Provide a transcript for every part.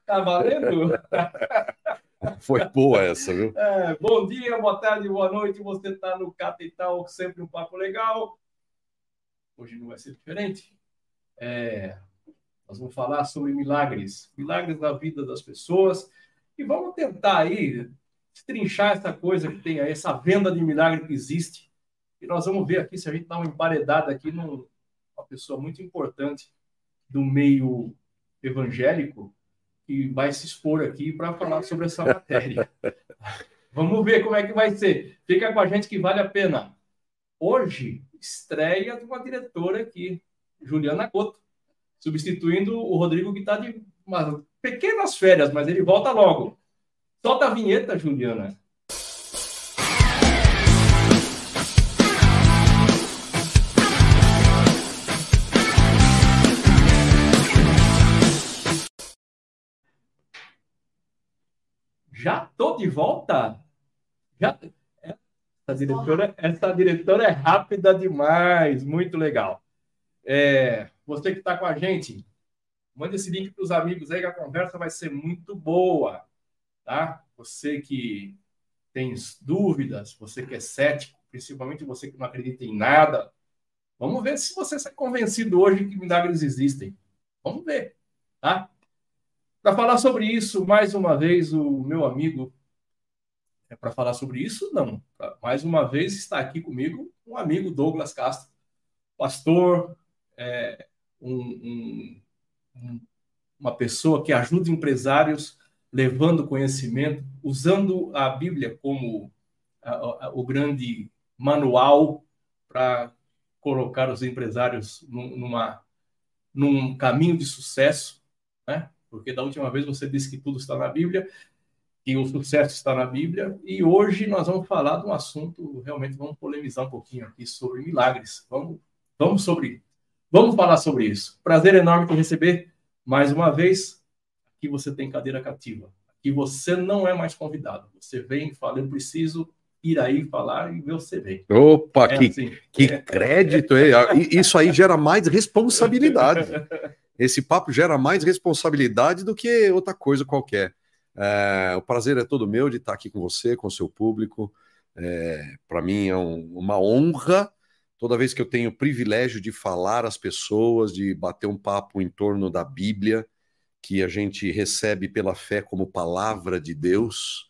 Tá valendo? Foi boa essa, viu? Bom dia, boa tarde, boa noite. Você está no Capital, sempre um papo legal. Hoje não vai ser diferente. Nós vamos falar sobre milagres, milagres na vida das pessoas. E vamos tentar aí destrinchar essa coisa que tem aí, essa venda de milagre que existe. E nós vamos ver aqui se a gente dá uma emparedada aqui numa pessoa muito importante do meio evangélico que vai se expor aqui para falar sobre essa matéria. Vamos ver como é que vai ser. Fica com a gente que vale a pena. Hoje, estreia de uma diretora aqui, Juliana Couto, substituindo o Rodrigo, que está de umas pequenas férias, mas ele volta logo. Solta a vinheta, Juliana. Já tô de volta? Já... Essa diretora é rápida demais, muito legal. Você que está com a gente, manda esse link para os amigos aí, que a conversa vai ser muito boa, tá? Você que tem dúvidas, você que é cético, principalmente você que não acredita em nada, vamos ver se você está convencido hoje que milagres existem. Vamos ver, tá? Para falar sobre isso, mais uma vez, o meu amigo... para falar sobre isso, não. Mais uma vez está aqui comigo um amigo, Douglas Castro, pastor, um, uma pessoa que ajuda empresários levando conhecimento, usando a Bíblia como o grande manual para colocar os empresários num caminho de sucesso, né? Porque da última vez você disse que tudo está na Bíblia, que o sucesso está na Bíblia, e hoje nós vamos falar de um assunto, realmente vamos polemizar um pouquinho aqui sobre milagres. Vamos falar sobre isso. Prazer enorme te receber mais uma vez. Aqui você tem cadeira cativa. Aqui você não é mais convidado. Você vem, fala, eu preciso ir aí falar e você vem. Opa, que crédito, hein? Isso aí gera mais responsabilidade. Esse papo gera mais responsabilidade do que outra coisa qualquer. O prazer é todo meu de estar aqui com você, com o seu público. Para mim é uma honra toda vez que eu tenho o privilégio de falar às pessoas, de bater um papo em torno da Bíblia, que a gente recebe pela fé como palavra de Deus.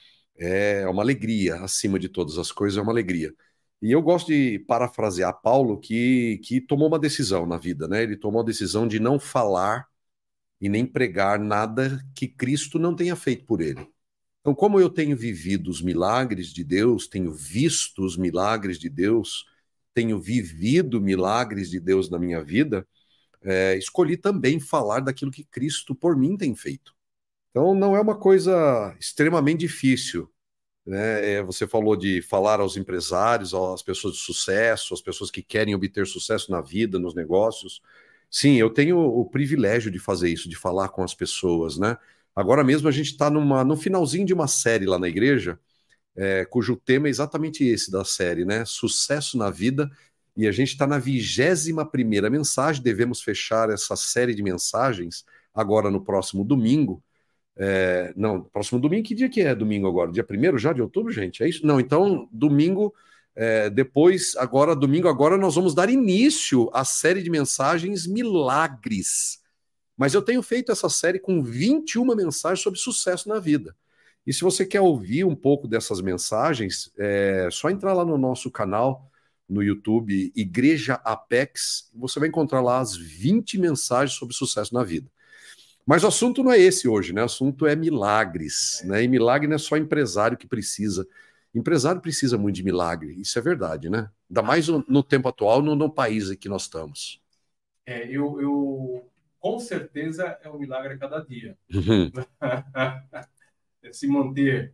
É uma alegria, acima de todas as coisas, é uma alegria. E eu gosto de parafrasear Paulo, que tomou uma decisão na vida, né? Ele tomou a decisão de não falar e nem pregar nada que Cristo não tenha feito por ele. Então, como eu tenho vivido os milagres de Deus, tenho visto os milagres de Deus, tenho vivido milagres de Deus na minha vida, escolhi também falar daquilo que Cristo por mim tem feito. Então, não é uma coisa extremamente difícil, né? Você falou de falar aos empresários, às pessoas de sucesso, às pessoas que querem obter sucesso na vida, nos negócios. Sim, eu tenho o privilégio de fazer isso, de falar com as pessoas, né? Agora mesmo a gente está no finalzinho de uma série lá na igreja, cujo tema é exatamente esse da série, né? Sucesso na vida. E a gente está na 21ª mensagem, devemos fechar essa série de mensagens agora no próximo domingo. Não, próximo domingo, que dia que é domingo agora? Dia 1º já de outubro, gente? É isso? Não, então domingo, depois, agora, domingo agora, nós vamos dar início à série de mensagens Milagres. Mas eu tenho feito essa série com 21 mensagens sobre sucesso na vida. E se você quer ouvir um pouco dessas mensagens, é só entrar lá no nosso canal, no YouTube, Igreja Apex, você vai encontrar lá as 20 mensagens sobre sucesso na vida. Mas o assunto não é esse hoje, né? O assunto é milagres, né? E milagre não é só empresário que precisa. Empresário precisa muito de milagre, isso é verdade, né? Ainda mais no tempo atual, no país em que nós estamos. Eu com certeza é um milagre a cada dia. Se manter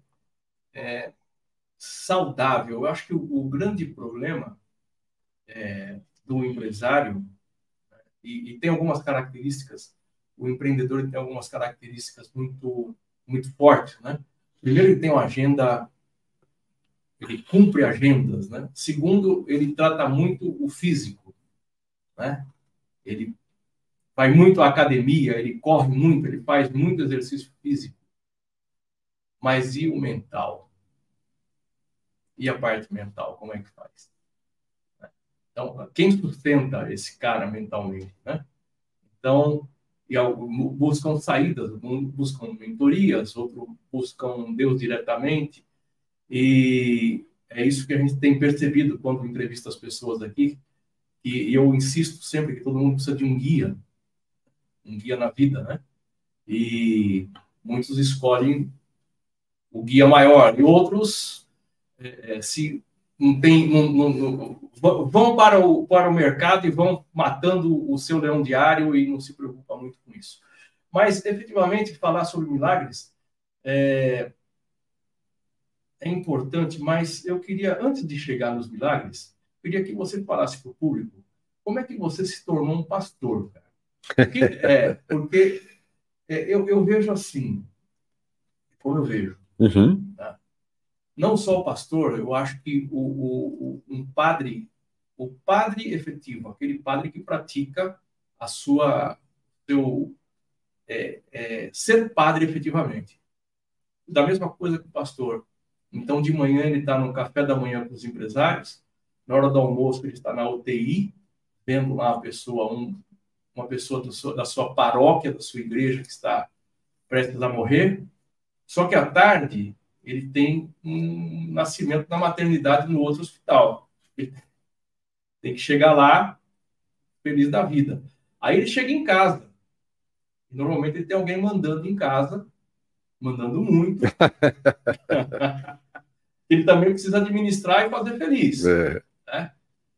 saudável. Eu acho que o grande problema do empresário, e tem algumas características, o empreendedor tem algumas características muito, muito fortes, né? Primeiro, ele tem uma agenda, ele cumpre agendas, né? Segundo, ele trata muito o físico, né? Ele vai muito à academia, ele corre muito, ele faz muito exercício físico. Mas e o mental? E a parte mental, como é que faz? Então, quem sustenta esse cara mentalmente, né? Então, buscam saídas, buscam mentorias, outros buscam Deus diretamente. E é isso que a gente tem percebido quando entrevista as pessoas aqui. E eu insisto sempre que todo mundo precisa de um guia na vida, né? E muitos escolhem o guia maior e outros se não tem, vão para o mercado e vão matando o seu leão diário e não se preocupa muito com isso. Mas, efetivamente, falar sobre milagres é importante, mas eu queria, antes de chegar nos milagres, queria que você falasse para o público como é que você se tornou um pastor, cara. Porque eu vejo assim, como eu vejo. Uhum. Tá? Não só o pastor, eu acho que um padre, o padre efetivo, aquele padre que pratica ser padre efetivamente. Da mesma coisa que o pastor. Então, de manhã ele está no café da manhã com os empresários, na hora do almoço ele está na UTI, vendo lá uma pessoa da sua paróquia, da sua igreja que está prestes a morrer. Só que à tarde ele tem um nascimento na maternidade no outro hospital. Ele tem que chegar lá feliz da vida. Aí ele chega em casa. Normalmente ele tem alguém mandando em casa, mandando muito. Ele também precisa administrar e fazer feliz. Né?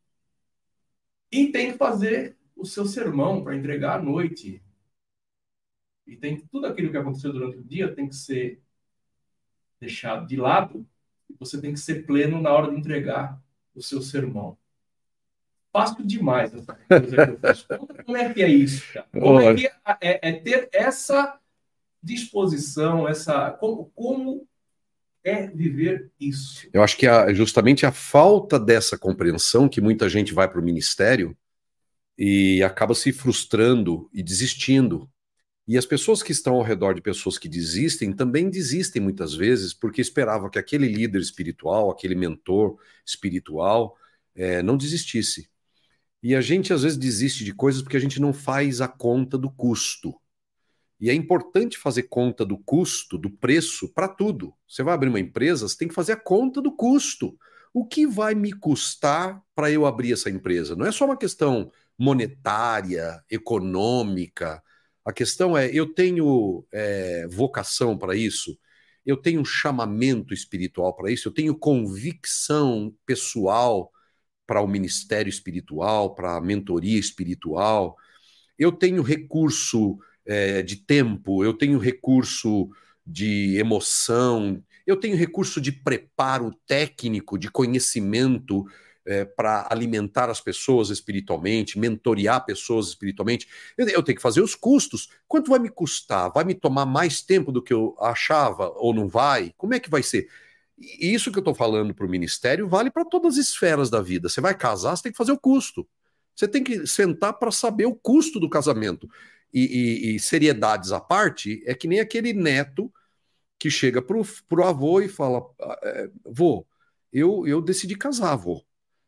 E tem que fazer o seu sermão para entregar à noite. E tem tudo aquilo que aconteceu durante o dia tem que ser deixado de lado. E você tem que ser pleno na hora de entregar o seu sermão. Fácil demais essa coisa que eu faço. Como é que é isso, cara? Como é que ter essa disposição, como é viver isso? Eu acho que justamente a falta dessa compreensão que muita gente vai para o ministério e acaba se frustrando e desistindo. E as pessoas que estão ao redor de pessoas que desistem também desistem muitas vezes porque esperavam que aquele líder espiritual, aquele mentor espiritual não desistisse. E a gente às vezes desiste de coisas porque a gente não faz a conta do custo. E é importante fazer conta do custo, do preço, para tudo. Você vai abrir uma empresa, você tem que fazer a conta do custo. O que vai me custar para eu abrir essa empresa? Não é só uma questão monetária, econômica. A questão é, eu tenho vocação para isso? Eu tenho chamamento espiritual para isso? Eu tenho convicção pessoal para o ministério espiritual, para a mentoria espiritual? Eu tenho recurso de tempo, eu tenho recurso de emoção, eu tenho recurso de preparo técnico, de conhecimento para alimentar as pessoas espiritualmente, mentorear pessoas espiritualmente. Eu tenho que fazer os custos. Quanto vai me custar? Vai me tomar mais tempo do que eu achava ou não vai? Como é que vai ser? E isso que eu estou falando para o ministério vale para todas as esferas da vida. Você vai casar, você tem que fazer o custo. Você tem que sentar para saber o custo do casamento. E seriedades à parte, é que nem aquele neto que chega pro avô e fala: vô, eu decidi casar, vô.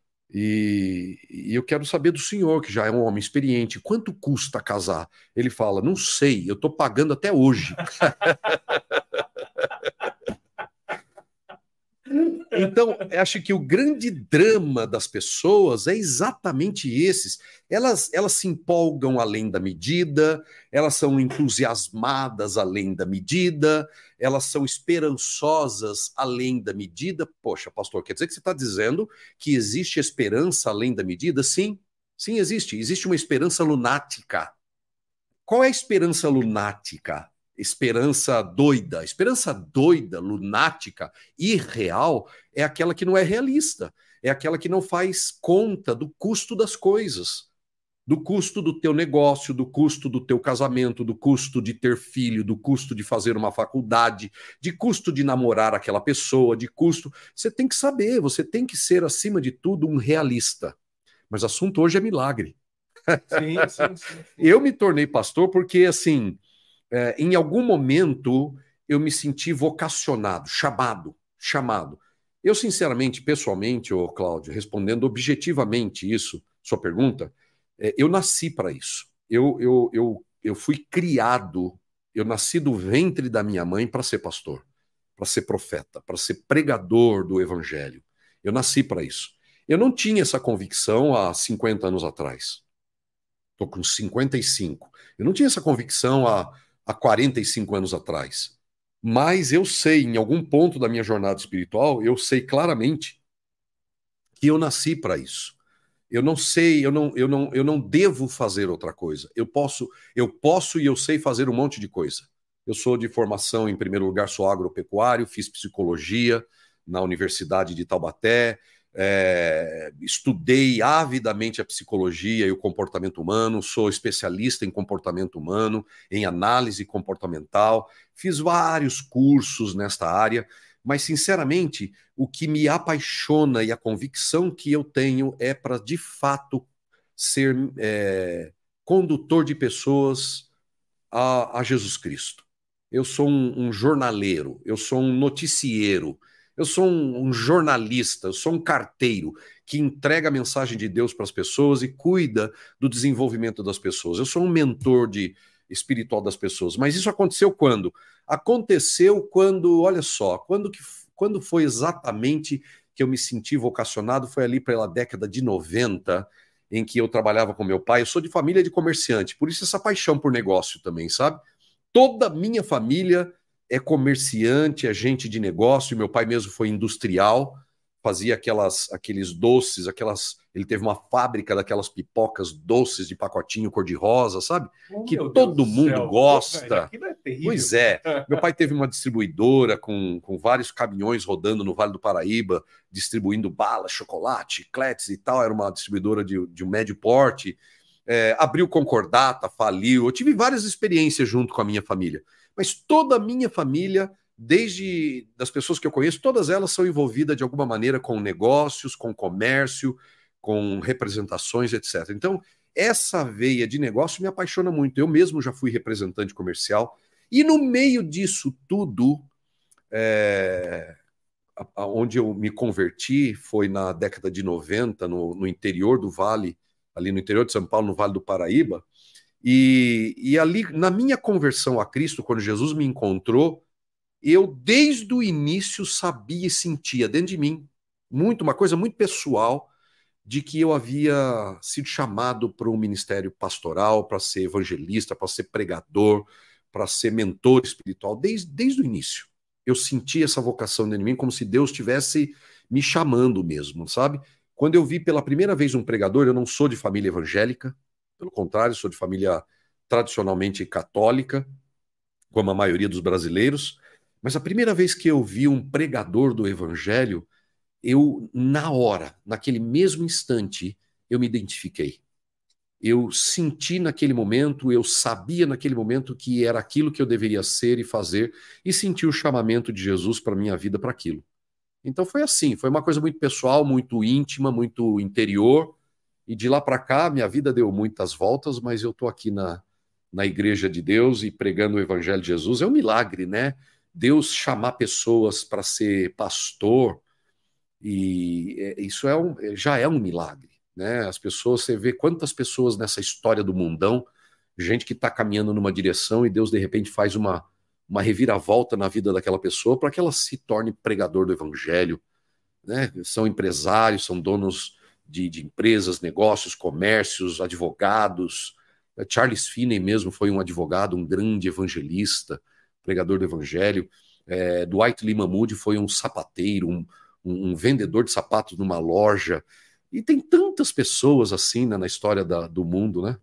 E eu quero saber do senhor, que já é um homem experiente, quanto custa casar? Ele fala: não sei, eu estou pagando até hoje. Então, acho que o grande drama das pessoas é exatamente esses. Elas se empolgam além da medida, elas são entusiasmadas além da medida, elas são esperançosas além da medida. Poxa, pastor, quer dizer que você está dizendo que existe esperança além da medida? Sim, sim, existe. Existe uma esperança lunática. Qual é a esperança lunática? Esperança doida, lunática, irreal, é aquela que não é realista, é aquela que não faz conta do custo das coisas, do custo do teu negócio, do custo do teu casamento, do custo de ter filho, do custo de fazer uma faculdade, de custo de namorar aquela pessoa, de custo. Você tem que saber, você tem que ser, acima de tudo, um realista. Mas o assunto hoje é milagre. Sim, sim, sim, sim. Eu me tornei pastor porque, assim, em algum momento eu me senti vocacionado, chamado. Eu, sinceramente, pessoalmente, ô Cláudio, respondendo objetivamente isso, sua pergunta, eu nasci para isso. Eu fui criado, eu nasci do ventre da minha mãe para ser pastor, para ser profeta, para ser pregador do evangelho. Eu nasci para isso. Eu não tinha essa convicção há 50 anos atrás. Estou com 55. Eu não tinha essa convicção há 45 anos atrás. Mas eu sei, em algum ponto da minha jornada espiritual, eu sei claramente que eu nasci para isso. Eu não sei, eu não devo fazer outra coisa. Eu posso e eu sei fazer um monte de coisa. Eu sou de formação, em primeiro lugar, sou agropecuário, fiz psicologia na Universidade de Taubaté, estudei avidamente a psicologia e o comportamento humano, sou especialista em comportamento humano, em análise comportamental, fiz vários cursos nesta área, mas, sinceramente, o que me apaixona e a convicção que eu tenho é para, de fato, ser condutor de pessoas a Jesus Cristo. Eu sou um jornaleiro, eu sou um noticieiro, eu sou um jornalista, eu sou um carteiro que entrega a mensagem de Deus para as pessoas e cuida do desenvolvimento das pessoas. Eu sou um mentor espiritual das pessoas. Mas isso aconteceu quando? Aconteceu quando, olha só, quando foi exatamente que eu me senti vocacionado? Foi ali pela década de 90, em que eu trabalhava com meu pai. Eu sou de família de comerciante, por isso essa paixão por negócio também, sabe? Toda a minha família é comerciante, é gente de negócio. Meu pai mesmo foi industrial, fazia aqueles doces, ele teve uma fábrica daquelas pipocas doces de pacotinho cor-de-rosa, sabe? Oh, Que meu Deus todo do mundo céu. Pô, velho, gosta. aquilo é terrível. Pois é. Meu pai teve uma distribuidora com vários caminhões rodando no Vale do Paraíba, distribuindo bala, chocolate, chicletes e tal. Era uma distribuidora de um médio porte. Abriu concordata, faliu. Eu tive várias experiências junto com a minha família. Mas toda a minha família, desde das pessoas que eu conheço, todas elas são envolvidas de alguma maneira com negócios, com comércio, com representações, etc. Então, essa veia de negócio me apaixona muito. Eu mesmo já fui representante comercial. E no meio disso tudo, onde eu me converti foi na década de 90, no interior do Vale, ali no interior de São Paulo, no Vale do Paraíba. E ali, na minha conversão a Cristo, quando Jesus me encontrou, eu desde o início sabia e sentia dentro de mim uma coisa muito pessoal de que eu havia sido chamado para um ministério pastoral, para ser evangelista, para ser pregador, para ser mentor espiritual, desde o início. Eu senti essa vocação dentro de mim como se Deus estivesse me chamando mesmo, sabe? Quando eu vi pela primeira vez um pregador, eu não sou de família evangélica, pelo contrário, sou de família tradicionalmente católica, como a maioria dos brasileiros, mas a primeira vez que eu vi um pregador do evangelho, eu, na hora, naquele mesmo instante, eu me identifiquei. Eu senti naquele momento, eu sabia naquele momento que era aquilo que eu deveria ser e fazer, e senti o chamamento de Jesus para minha vida para aquilo. Então foi assim, foi uma coisa muito pessoal, muito íntima, muito interior, e de lá para cá minha vida deu muitas voltas, mas eu estou aqui na Igreja de Deus e pregando o Evangelho de Jesus. É um milagre, né? Deus chamar pessoas para ser pastor, e isso já é um milagre, né? As pessoas, você vê quantas pessoas nessa história do mundão, gente que está caminhando numa direção e Deus de repente faz uma reviravolta na vida daquela pessoa para que ela se torne pregador do evangelho, né? São empresários, são donos de empresas, negócios, comércios, advogados. Charles Finney mesmo foi um advogado, um grande evangelista, pregador do evangelho. Dwight Lyman Moody foi um sapateiro, um vendedor de sapatos numa loja. E tem tantas pessoas assim, né, na história do mundo, né?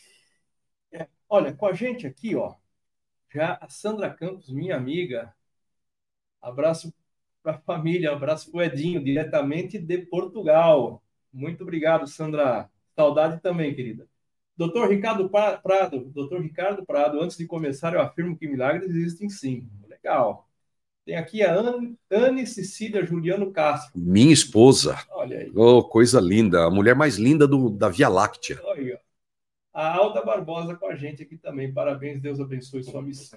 Olha, com a gente aqui, ó, já a Sandra Campos, minha amiga, abraço para a família, abraço para o Edinho, diretamente de Portugal. Muito obrigado, Sandra. Saudade também, querida. Doutor Ricardo Prado, antes de começar, eu afirmo que milagres existem sim. Legal. Tem aqui a Anne Cecília Juliano Castro. Minha esposa. Olha aí. Oh, coisa linda. A mulher mais linda da Via Láctea. Olha. A Alda Barbosa com a gente aqui também. Parabéns, Deus abençoe sua missão.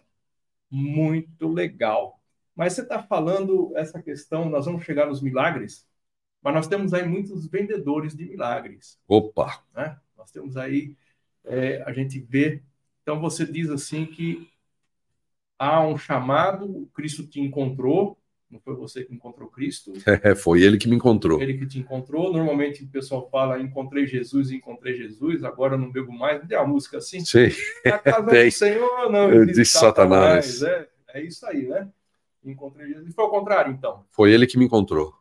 Muito legal. Mas você está falando essa questão, nós vamos chegar nos milagres, mas nós temos aí muitos vendedores de milagres. Opa! Né? Nós temos aí, a gente vê. Então você diz assim que há um chamado, Cristo te encontrou, não foi você que encontrou Cristo, Foi ele que me encontrou. ele que te encontrou. Normalmente o pessoal fala, encontrei Jesus, agora não bebo mais. Não tem uma música assim? Sim. Na casa do Senhor não existe Satanás. É isso aí, né? Encontrei Jesus. E foi ao contrário, então. Foi ele que me encontrou.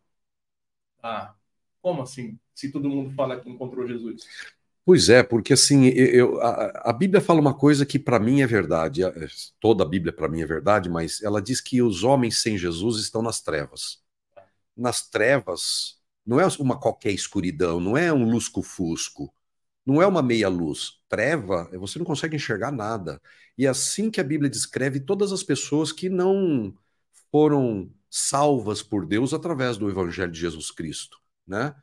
Ah, como assim? Se todo mundo fala que encontrou Jesus? Pois é, porque assim, a Bíblia fala uma coisa que para mim é verdade. Toda a Bíblia para mim é verdade, mas ela diz que os homens sem Jesus estão nas trevas. Nas trevas não é uma qualquer escuridão, não é um lusco-fusco, não é uma meia-luz. Treva, você não consegue enxergar nada. E é assim que a Bíblia descreve todas as pessoas que não foram salvas por Deus através do Evangelho de Jesus Cristo, né?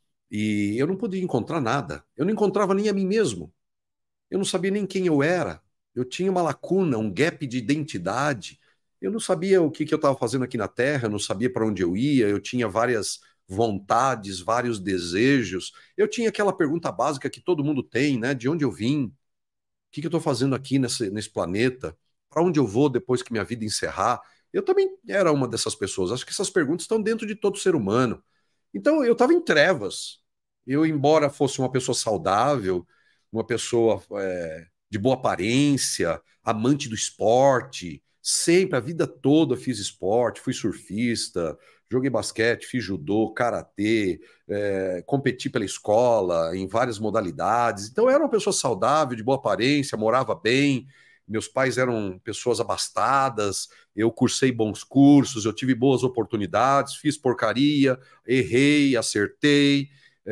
E eu não podia encontrar nada. Eu não encontrava nem a mim mesmo. Eu não sabia nem quem eu era. Eu tinha uma lacuna, um gap de identidade. Eu não sabia o que eu estava fazendo aqui na Terra, eu não sabia para onde eu ia, eu tinha várias vontades, vários desejos. Eu tinha aquela pergunta básica que todo mundo tem, né? De onde eu vim? O que eu estou fazendo aqui nesse planeta? Para onde eu vou depois que minha vida encerrar? Eu também era uma dessas pessoas. Acho que essas perguntas estão dentro de todo ser humano. Então eu estava em trevas. Eu, embora fosse uma pessoa saudável, uma pessoa de boa aparência, amante do esporte, sempre, a vida toda fiz esporte, fui surfista, joguei basquete, fiz judô, karatê, competi pela escola em várias modalidades. Então eu era uma pessoa saudável, de boa aparência, morava bem, meus pais eram pessoas abastadas, eu cursei bons cursos, eu tive boas oportunidades, fiz porcaria, errei, acertei,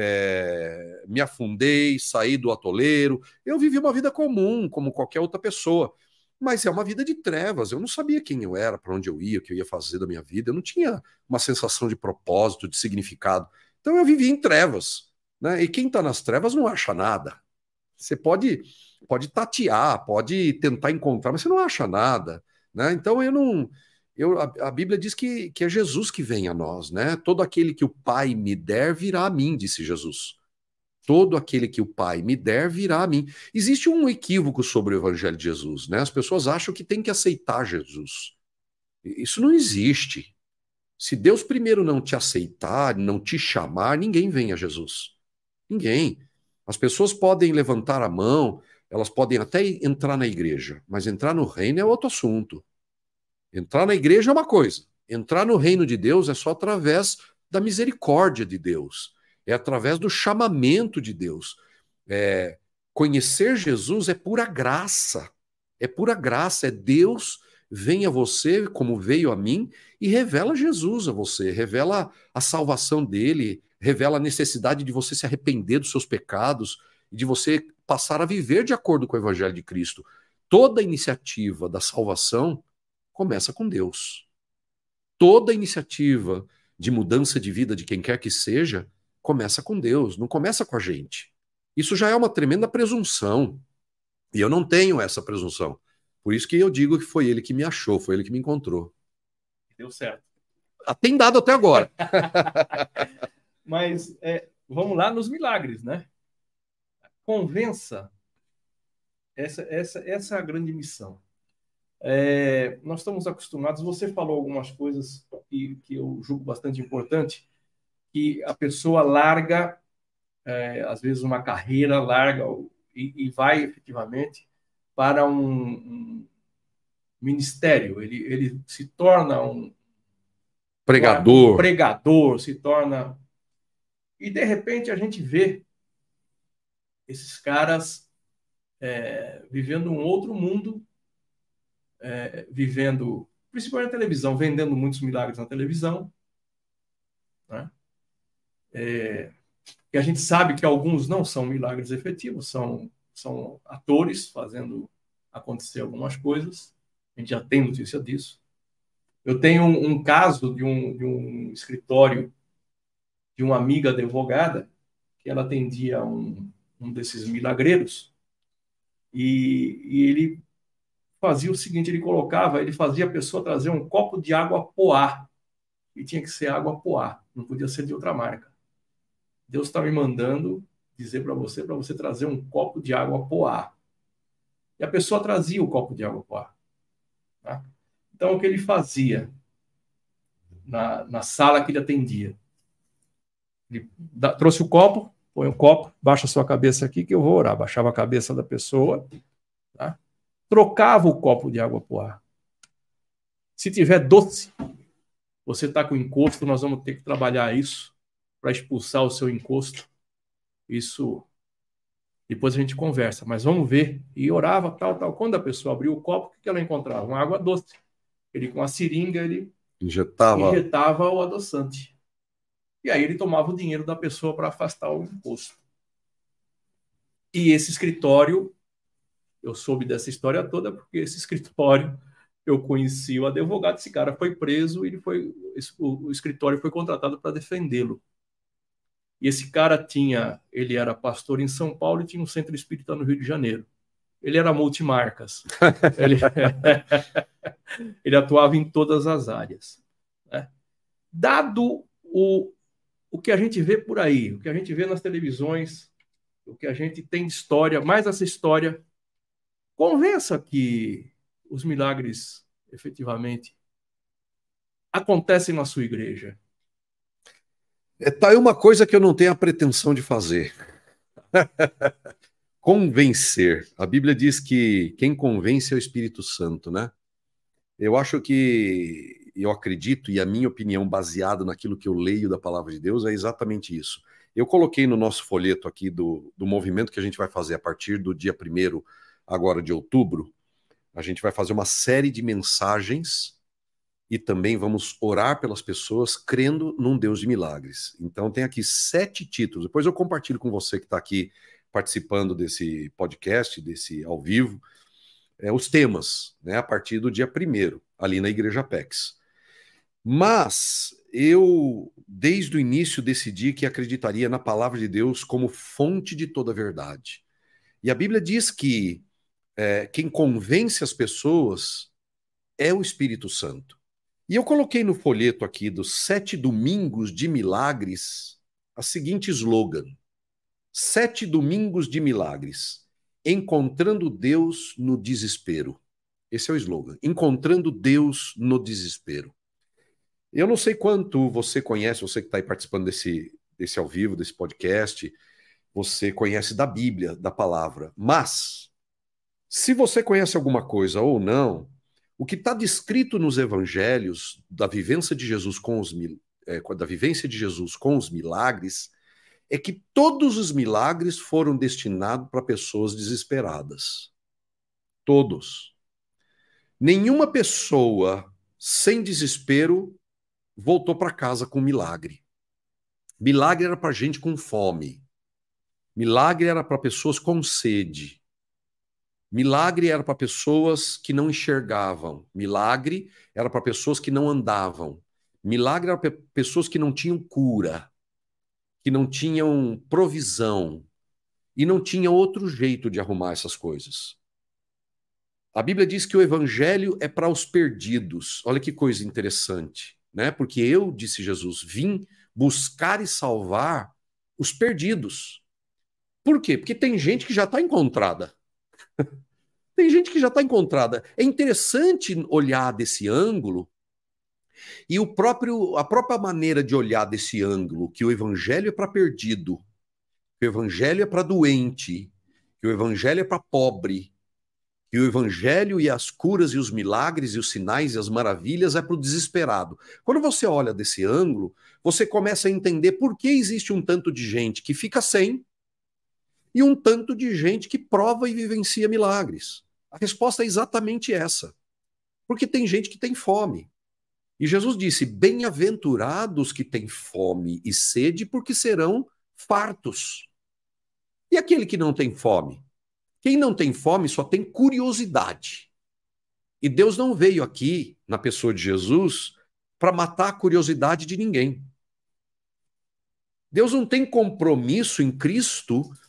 me afundei, saí do atoleiro. Eu vivi uma vida comum, como qualquer outra pessoa. Mas é uma vida de trevas. Eu não sabia quem eu era, para onde eu ia, o que eu ia fazer da minha vida. Eu não tinha uma sensação de propósito, de significado. Então eu vivia em trevas, né? E quem está nas trevas não acha nada. Você pode tatear, pode tentar encontrar, mas você não acha nada, né? Então eu não. A Bíblia diz que é Jesus que vem a nós, né? Todo aquele que o Pai me der virá a mim, disse Jesus. Todo aquele que o Pai me der virá a mim. Existe um equívoco sobre o Evangelho de Jesus, né? As pessoas acham que tem que aceitar Jesus. Isso não existe. Se Deus primeiro não te aceitar, não te chamar, ninguém vem a Jesus. Ninguém. As pessoas podem levantar a mão, elas podem até entrar na igreja, mas entrar no reino é outro assunto. Entrar na igreja é uma coisa, entrar no reino de Deus é só através da misericórdia de Deus, é através do chamamento de Deus. Conhecer Jesus é pura graça, é Deus vem a você como veio a mim e revela Jesus a você, revela a salvação dele, revela a necessidade de você se arrepender dos seus pecados e de você passar a viver de acordo com o Evangelho de Cristo. Toda iniciativa da salvação começa com Deus. Toda iniciativa de mudança de vida de quem quer que seja começa com Deus, não começa com a gente. Isso já é uma tremenda presunção. E eu não tenho essa presunção. Por isso que eu digo que foi ele que me achou, foi ele que me encontrou. Deu certo. Tem dado até agora. Mas vamos lá nos milagres, né? Convença. Essa é a grande missão. Nós estamos acostumados, você falou algumas coisas que eu julgo bastante importante, que a pessoa larga, às vezes, uma carreira, larga e vai efetivamente para um ministério. Ele se torna um pregador, se torna. E, de repente, a gente vê esses caras vivendo um outro mundo, vivendo, principalmente na televisão, vendendo muitos milagres na televisão, né? E a gente sabe que alguns não são milagres efetivos, são atores fazendo acontecer algumas coisas. A gente já tem notícia disso. Eu tenho um caso de um escritório de uma amiga advogada que ela atendia um desses milagreiros E ele fazia o seguinte, ele fazia a pessoa trazer um copo de água Poá, e tinha que ser água Poá, não podia ser de outra marca. Deus está me mandando dizer para você trazer um copo de água Poá. E a pessoa trazia o copo de água Poá. Tá? Então, o que ele fazia na sala que ele atendia? Ele trouxe o copo, põe o copo, baixa a sua cabeça aqui que eu vou orar. Baixava a cabeça da pessoa, tá? Trocava o copo de água Poá. Se tiver doce, você está com encosto, nós vamos ter que trabalhar isso para expulsar o seu encosto. Isso, depois a gente conversa, mas vamos ver. E orava, tal, tal. Quando a pessoa abriu o copo, o que ela encontrava? Uma água doce. Ele, com a seringa, ele injetava o adoçante. E aí ele tomava o dinheiro da pessoa para afastar o imposto. E esse escritório, eu soube dessa história toda porque esse escritório, eu conheci o advogado, esse cara foi preso e o escritório foi contratado para defendê-lo. E esse cara ele era pastor em São Paulo e tinha um centro espírita no Rio de Janeiro. Ele era multimarcas. Ele atuava em todas as áreas. Né? Dado o que a gente vê por aí, o que a gente vê nas televisões, o que a gente tem de história, mais essa história, convença que os milagres efetivamente acontecem na sua igreja. Tá aí uma coisa que eu não tenho a pretensão de fazer. Convencer. A Bíblia diz que quem convence é o Espírito Santo, né? Eu acho que, eu acredito, e a minha opinião baseada naquilo que eu leio da palavra de Deus é exatamente isso. Eu coloquei no nosso folheto aqui do movimento que a gente vai fazer a partir do dia 1º agora de outubro. A gente vai fazer uma série de mensagens e também vamos orar pelas pessoas crendo num Deus de milagres. Então tem aqui 7 títulos. Depois eu compartilho com você que está aqui participando desse podcast, desse ao vivo, os temas, né, a partir do dia 1º, ali na Igreja Apex. Mas eu, desde o início, decidi que acreditaria na palavra de Deus como fonte de toda a verdade. E a Bíblia diz que quem convence as pessoas é o Espírito Santo. E eu coloquei no folheto aqui dos 7 domingos de milagres a seguinte slogan: 7 domingos de milagres, encontrando Deus no desespero. Esse é o slogan, encontrando Deus no desespero. Eu não sei quanto você conhece, você que está aí participando desse ao vivo, desse podcast, você conhece da Bíblia, da palavra, mas se você conhece alguma coisa ou não, o que está descrito nos evangelhos da vivência de Jesus com os milagres é que todos os milagres foram destinados para pessoas desesperadas. Todos. Nenhuma pessoa sem desespero voltou para casa com milagre. Milagre era para gente com fome. Milagre era para pessoas com sede. Milagre era para pessoas que não enxergavam. Milagre era para pessoas que não andavam. Milagre era para pessoas que não tinham cura, que não tinham provisão e não tinha outro jeito de arrumar essas coisas. A Bíblia diz que o evangelho é para os perdidos. Olha que coisa interessante, né? Porque eu, disse Jesus, vim buscar e salvar os perdidos. Por quê? Porque tem gente que já está encontrada. Tem gente que já está encontrada. É interessante olhar desse ângulo e a própria maneira de olhar desse ângulo, que o evangelho é para perdido, que o evangelho é para doente, que o evangelho é para pobre, que o evangelho e as curas e os milagres e os sinais e as maravilhas é para o desesperado. Quando você olha desse ângulo, você começa a entender por que existe um tanto de gente que fica sem e um tanto de gente que prova e vivencia milagres. A resposta é exatamente essa. Porque tem gente que tem fome. E Jesus disse, bem-aventurados que têm fome e sede, porque serão fartos. E aquele que não tem fome? Quem não tem fome só tem curiosidade. E Deus não veio aqui, na pessoa de Jesus, para matar a curiosidade de ninguém. Deus não tem compromisso em Cristo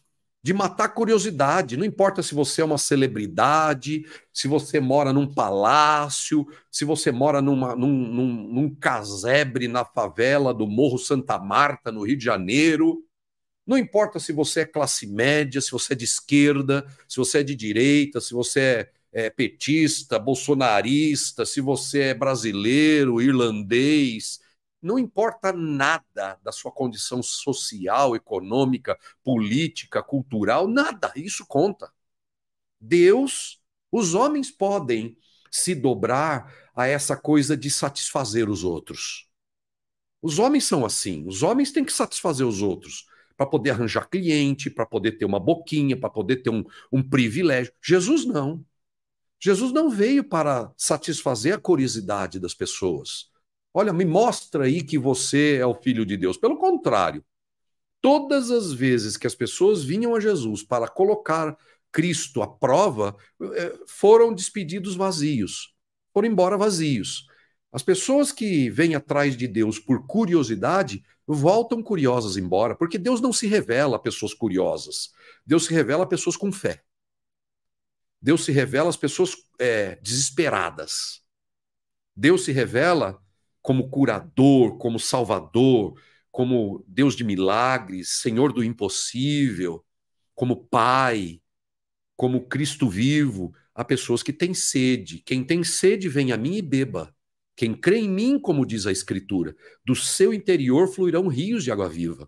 de matar a curiosidade. Não importa se você é uma celebridade, se você mora num palácio, se você mora num casebre na favela do Morro Santa Marta, no Rio de Janeiro. Não importa se você é classe média, se você é de esquerda, se você é de direita, se você é petista, bolsonarista, se você é brasileiro, irlandês. Não importa nada da sua condição social, econômica, política, cultural, nada. Isso conta. Deus, os homens podem se dobrar a essa coisa de satisfazer os outros. Os homens são assim. Os homens têm que satisfazer os outros para poder arranjar cliente, para poder ter uma boquinha, para poder ter um privilégio. Jesus não. Jesus não veio para satisfazer a curiosidade das pessoas. Olha, me mostra aí que você é o filho de Deus. Pelo contrário, todas as vezes que as pessoas vinham a Jesus para colocar Cristo à prova, foram despedidos vazios, foram embora vazios. As pessoas que vêm atrás de Deus por curiosidade voltam curiosas embora, porque Deus não se revela a pessoas curiosas. Deus se revela a pessoas com fé. Deus se revela às pessoas desesperadas. Deus se revela como curador, como salvador, como Deus de milagres, Senhor do impossível, como Pai, como Cristo vivo, a pessoas que têm sede. Quem tem sede, vem a mim e beba. Quem crê em mim, como diz a Escritura, do seu interior fluirão rios de água viva.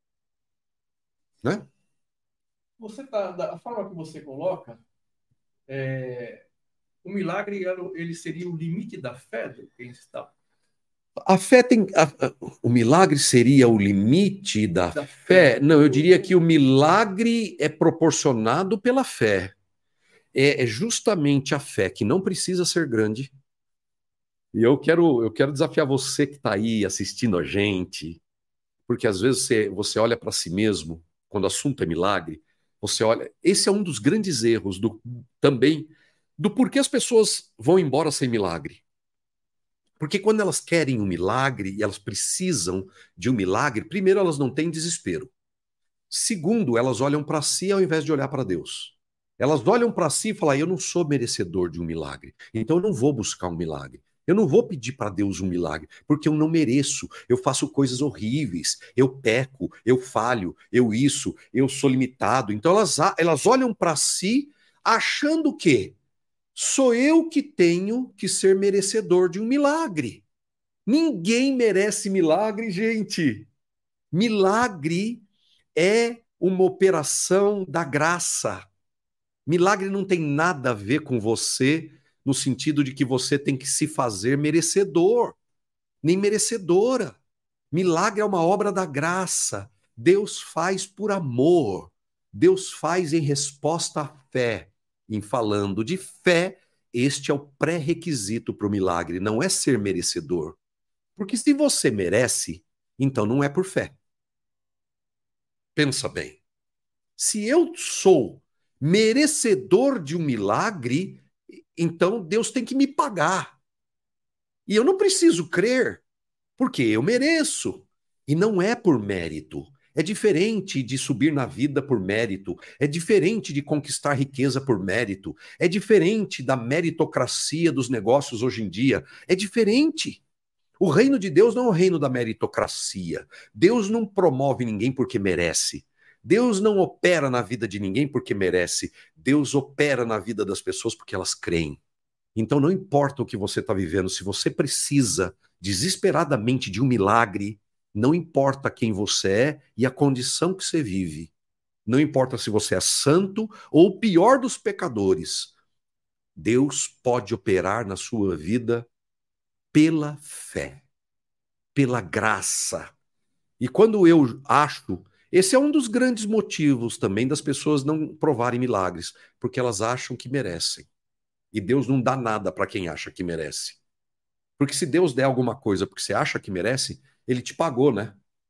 Né? Da forma que você coloca, o milagre ele seria o limite da fé de quem está. A fé tem. O milagre seria o limite da fé? Não, eu diria que o milagre é proporcionado pela fé. É justamente a fé que não precisa ser grande. E eu quero desafiar você que está aí assistindo a gente, porque às vezes você olha para si mesmo, quando o assunto é milagre, você olha. Esse é um dos grandes erros também do porquê as pessoas vão embora sem milagre. Porque quando elas querem um milagre e elas precisam de um milagre, primeiro, elas não têm desespero. Segundo, elas olham para si ao invés de olhar para Deus. Elas olham para si e falam: eu não sou merecedor de um milagre, então eu não vou buscar um milagre. Eu não vou pedir para Deus um milagre, porque eu não mereço. Eu faço coisas horríveis, eu peco, eu falho, eu sou limitado. Então elas olham para si achando que sou eu que tenho que ser merecedor de um milagre. Ninguém merece milagre, gente. Milagre é uma operação da graça. Milagre não tem nada a ver com você, no sentido de que você tem que se fazer merecedor, nem merecedora. Milagre é uma obra da graça. Deus faz por amor. Deus faz em resposta à fé. Em falando de fé, este é o pré-requisito para o milagre, não é ser merecedor. Porque se você merece, então não é por fé. Pensa bem. Se eu sou merecedor de um milagre, então Deus tem que me pagar. E eu não preciso crer, porque eu mereço. E não é por mérito. É diferente de subir na vida por mérito. É diferente de conquistar riqueza por mérito. É diferente da meritocracia dos negócios hoje em dia. É diferente. O reino de Deus não é o reino da meritocracia. Deus não promove ninguém porque merece. Deus não opera na vida de ninguém porque merece. Deus opera na vida das pessoas porque elas creem. Então não importa o que você está vivendo, se você precisa desesperadamente de um milagre, não importa quem você é e a condição que você vive. Não importa se você é santo ou o pior dos pecadores. Deus pode operar na sua vida pela fé, pela graça. E quando eu acho, esse é um dos grandes motivos também das pessoas não provarem milagres, porque elas acham que merecem. E Deus não dá nada para quem acha que merece. Porque se Deus der alguma coisa porque você acha que merece, ele te pagou, né?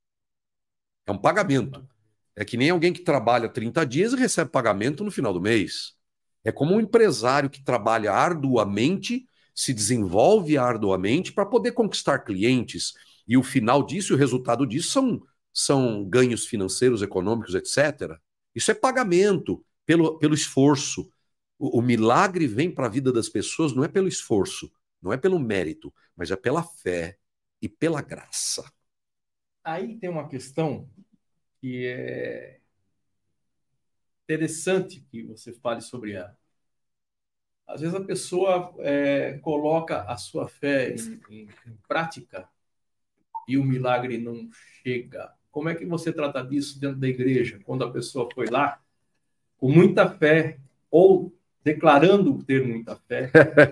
É um pagamento. É que nem alguém que trabalha 30 dias e recebe pagamento no final do mês. É como um empresário que trabalha arduamente, se desenvolve arduamente para poder conquistar clientes. E o final disso, o resultado disso são ganhos financeiros, econômicos, etc. Isso é pagamento pelo esforço. O milagre vem para a vida das pessoas não é pelo esforço, não é pelo mérito, mas é pela fé e pela graça. Aí tem uma questão que é interessante que você fale sobre ela. Às vezes a pessoa coloca a sua fé em prática e o milagre não chega. Como é que você trata disso dentro da igreja? Quando a pessoa foi lá com muita fé ou declarando ter muita fé,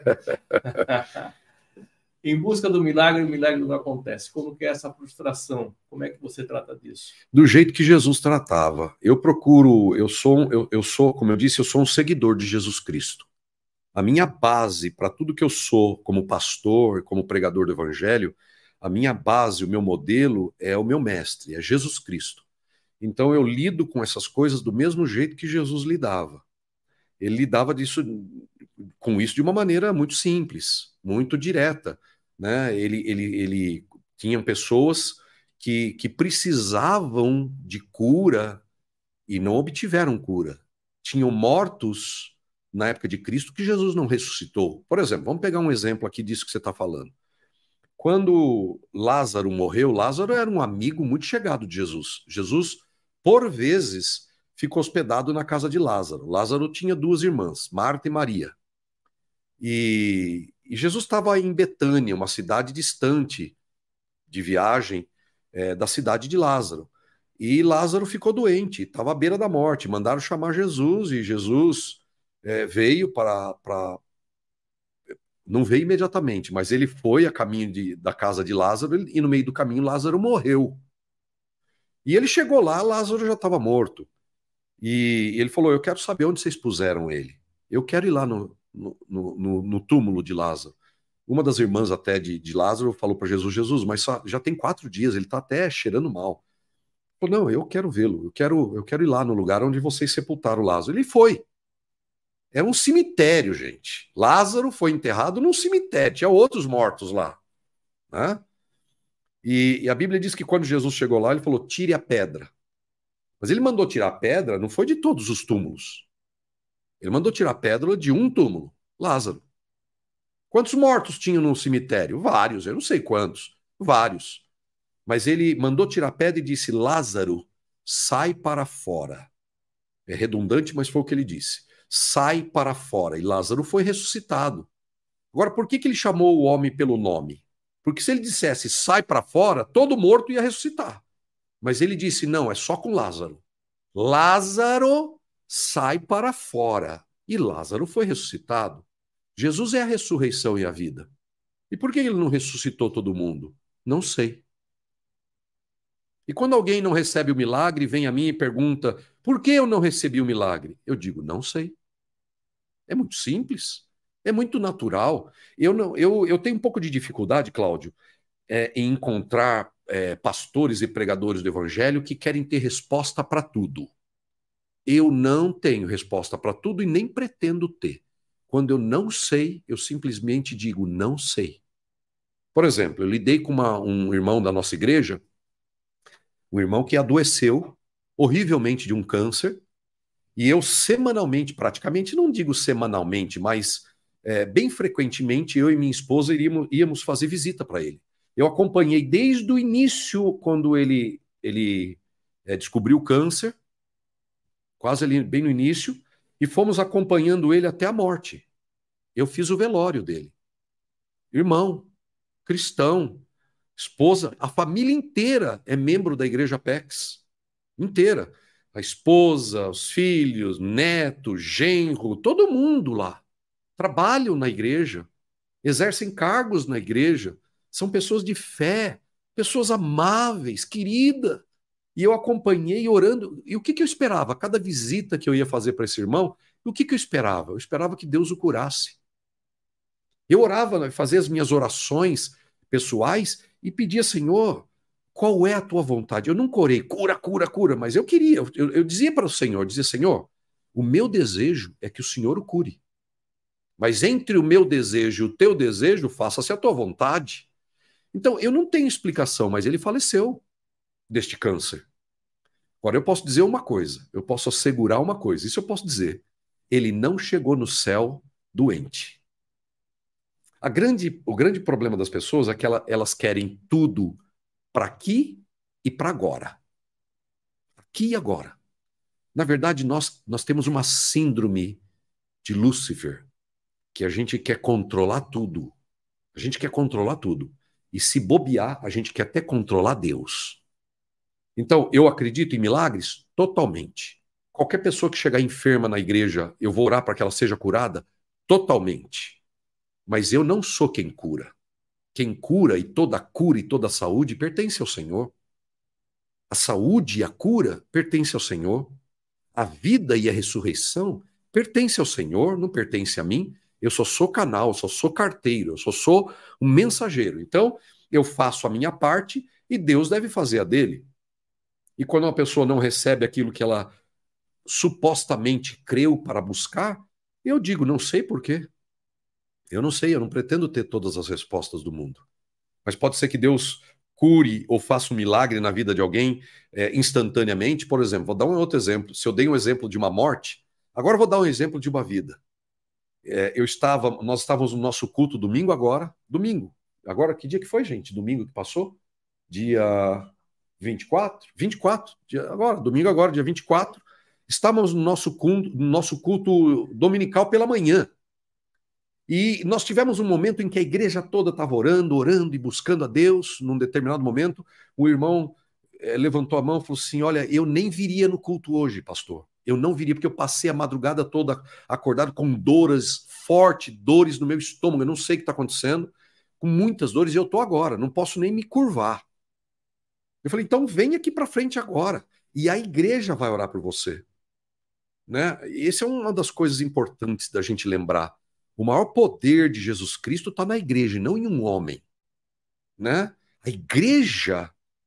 em busca do milagre, o milagre não acontece. Como que é essa frustração? Como é que você trata disso? Do jeito que Jesus tratava. Eu sou, como eu disse, eu sou um seguidor de Jesus Cristo. A minha base para tudo que eu sou como pastor, como pregador do evangelho, a minha base, o meu modelo é o meu mestre, é Jesus Cristo. Então eu lido com essas coisas do mesmo jeito que Jesus lidava. Ele lidava com isso de uma maneira muito simples, muito direta, né? Ele tinha pessoas que precisavam de cura e não obtiveram cura. Tinham mortos na época de Cristo que Jesus não ressuscitou. Por exemplo, vamos pegar um exemplo aqui disso que você está falando. Quando Lázaro morreu, Lázaro era um amigo muito chegado de Jesus. Jesus, por vezes, ficou hospedado na casa de Lázaro. Lázaro tinha duas irmãs, Marta e Maria. E Jesus estava em Betânia, uma cidade distante de viagem da cidade de Lázaro. E Lázaro ficou doente, estava à beira da morte. Mandaram chamar Jesus e Jesus veio não veio imediatamente, mas ele foi a caminho da casa de Lázaro e no meio do caminho Lázaro morreu. E ele chegou lá, Lázaro já estava morto. E ele falou: eu quero saber onde vocês puseram ele. Eu quero ir lá no túmulo de Lázaro. Uma das irmãs até de Lázaro falou para Jesus: Jesus, mas já tem 4 dias, ele está até cheirando mal. Ele falou: não, eu quero vê-lo, eu quero ir lá no lugar onde vocês sepultaram Lázaro. Ele foi. É um cemitério, gente. Lázaro foi enterrado num cemitério, tinha outros mortos lá, né? E a Bíblia diz que quando Jesus chegou lá, ele falou: tire a pedra. Mas ele mandou tirar a pedra, não foi de todos os túmulos. Ele mandou tirar a pedra de um túmulo, Lázaro. Quantos mortos tinham no cemitério? Vários, eu não sei quantos, vários. Mas ele mandou tirar a pedra e disse: Lázaro, sai para fora. É redundante, mas foi o que ele disse. Sai para fora. E Lázaro foi ressuscitado. Agora, por que ele chamou o homem pelo nome? Porque se ele dissesse sai para fora, todo morto ia ressuscitar. Mas ele disse: não, é só com Lázaro. Lázaro, sai para fora. E Lázaro foi ressuscitado. Jesus é a ressurreição e a vida. E por que ele não ressuscitou todo mundo? Não sei. E quando alguém não recebe o milagre, vem a mim e pergunta: por que eu não recebi o milagre? Eu digo: não sei. É muito simples, é muito natural. Eu tenho um pouco de dificuldade, Cláudio, em encontrar pastores e pregadores do evangelho que querem ter resposta para tudo. Eu não tenho resposta para tudo e nem pretendo ter. Quando eu não sei, eu simplesmente digo não sei. Por exemplo, eu lidei com um irmão da nossa igreja, um irmão que adoeceu horrivelmente de um câncer, e eu semanalmente, praticamente, não digo semanalmente, mas bem frequentemente, eu e minha esposa íamos fazer visita para ele. Eu acompanhei desde o início, quando ele descobriu o câncer, quase ali bem no início, e fomos acompanhando ele até a morte. Eu fiz o velório dele. Irmão, cristão, esposa, a família inteira é membro da Igreja Apex. Inteira. A esposa, os filhos, neto, genro, todo mundo lá. Trabalham na igreja, exercem cargos na igreja, são pessoas de fé, pessoas amáveis, queridas. E eu acompanhei orando. E o que eu esperava? Cada visita que eu ia fazer para esse irmão, o que eu esperava? Eu esperava que Deus o curasse. Eu orava, fazia as minhas orações pessoais e pedia: Senhor, qual é a tua vontade? Eu nunca orei, cura, cura, cura, mas eu queria, eu dizia para o Senhor, dizia: Senhor, o meu desejo é que o Senhor o cure. Mas entre o meu desejo e o teu desejo, faça-se a tua vontade. Então, eu não tenho explicação, mas ele faleceu deste câncer. Agora, eu posso dizer uma coisa, eu posso assegurar uma coisa, isso eu posso dizer. Ele não chegou no céu doente. O grande problema das pessoas é que elas querem tudo para aqui e para agora. Aqui e agora. Na verdade, nós temos uma síndrome de Lúcifer, que a gente quer controlar tudo. A gente quer controlar tudo. E se bobear, a gente quer até controlar Deus. Então, eu acredito em milagres totalmente. Qualquer pessoa que chegar enferma na igreja, eu vou orar para que ela seja curada totalmente. Mas eu não sou quem cura. Quem cura e toda a saúde pertence ao Senhor. A saúde e a cura pertence ao Senhor. A vida e a ressurreição pertence ao Senhor, não pertence a mim. Eu só sou canal, só sou carteiro, eu só sou um mensageiro. Então, eu faço a minha parte e Deus deve fazer a dele. E quando uma pessoa não recebe aquilo que ela supostamente creu para buscar, eu digo, não sei por quê. Eu não sei, eu não pretendo ter todas as respostas do mundo. Mas pode ser que Deus cure ou faça um milagre na vida de alguém instantaneamente. Por exemplo, vou dar um outro exemplo. Se eu dei um exemplo de uma morte, agora eu vou dar um exemplo de uma vida. Nós estávamos no nosso culto domingo agora. Domingo. Agora, que dia que foi, gente? Domingo que passou? Dia 24? 24. Domingo agora, dia 24. Estávamos no nosso culto dominical pela manhã. E nós tivemos um momento em que a igreja toda estava orando e buscando a Deus. Num determinado momento, o irmão levantou a mão e falou assim: olha, eu nem viria no culto hoje, pastor. Eu não viria, porque eu passei a madrugada toda acordado com dores fortes, dores no meu estômago. Eu não sei o que está acontecendo, com muitas dores, e eu estou agora, não posso nem me curvar. Eu falei, então vem aqui para frente agora. E a igreja vai orar por você. Né? Essa é uma das coisas importantes da gente lembrar. O maior poder de Jesus Cristo está na igreja, não em um homem. Né? A igreja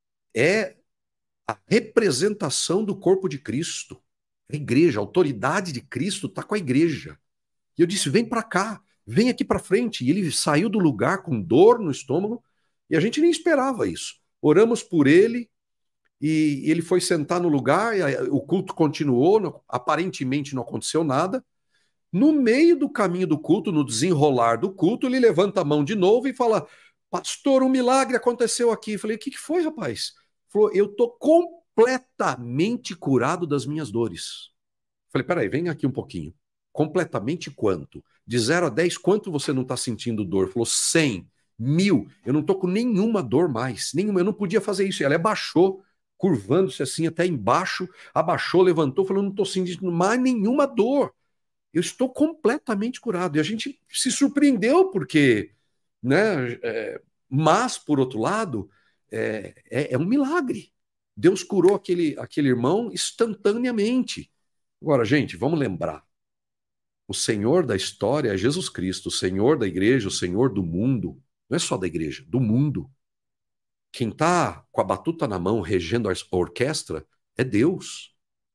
é a representação do corpo de Cristo. A igreja, a autoridade de Cristo está com a igreja. E eu disse, vem para cá, vem aqui para frente. E ele saiu do lugar com dor no estômago, e a gente nem esperava isso. Oramos por ele, e ele foi sentar no lugar, e o culto continuou, aparentemente não aconteceu nada. No meio do caminho do culto, no desenrolar do culto, ele levanta a mão de novo e fala: pastor, um milagre aconteceu aqui. Eu falei: o que foi, rapaz? Ele falou: eu estou completamente curado das minhas dores. Eu falei: peraí, vem aqui um pouquinho. Completamente quanto? De 0 a 10, quanto você não está sentindo dor? Ele falou: 100, 1000. Eu não estou com nenhuma dor mais. Nenhuma. Eu não podia fazer isso. Ela abaixou, curvando-se assim até embaixo, abaixou, levantou, falou: não estou sentindo mais nenhuma dor. Eu estou completamente curado. E a gente se surpreendeu porque, né? Mas, por outro lado, é um milagre. Deus curou aquele irmão instantaneamente. Agora, gente, vamos lembrar. O Senhor da história é Jesus Cristo, o Senhor da igreja, o Senhor do mundo. Não é só da igreja, do mundo. Quem está com a batuta na mão, regendo a orquestra, é Deus.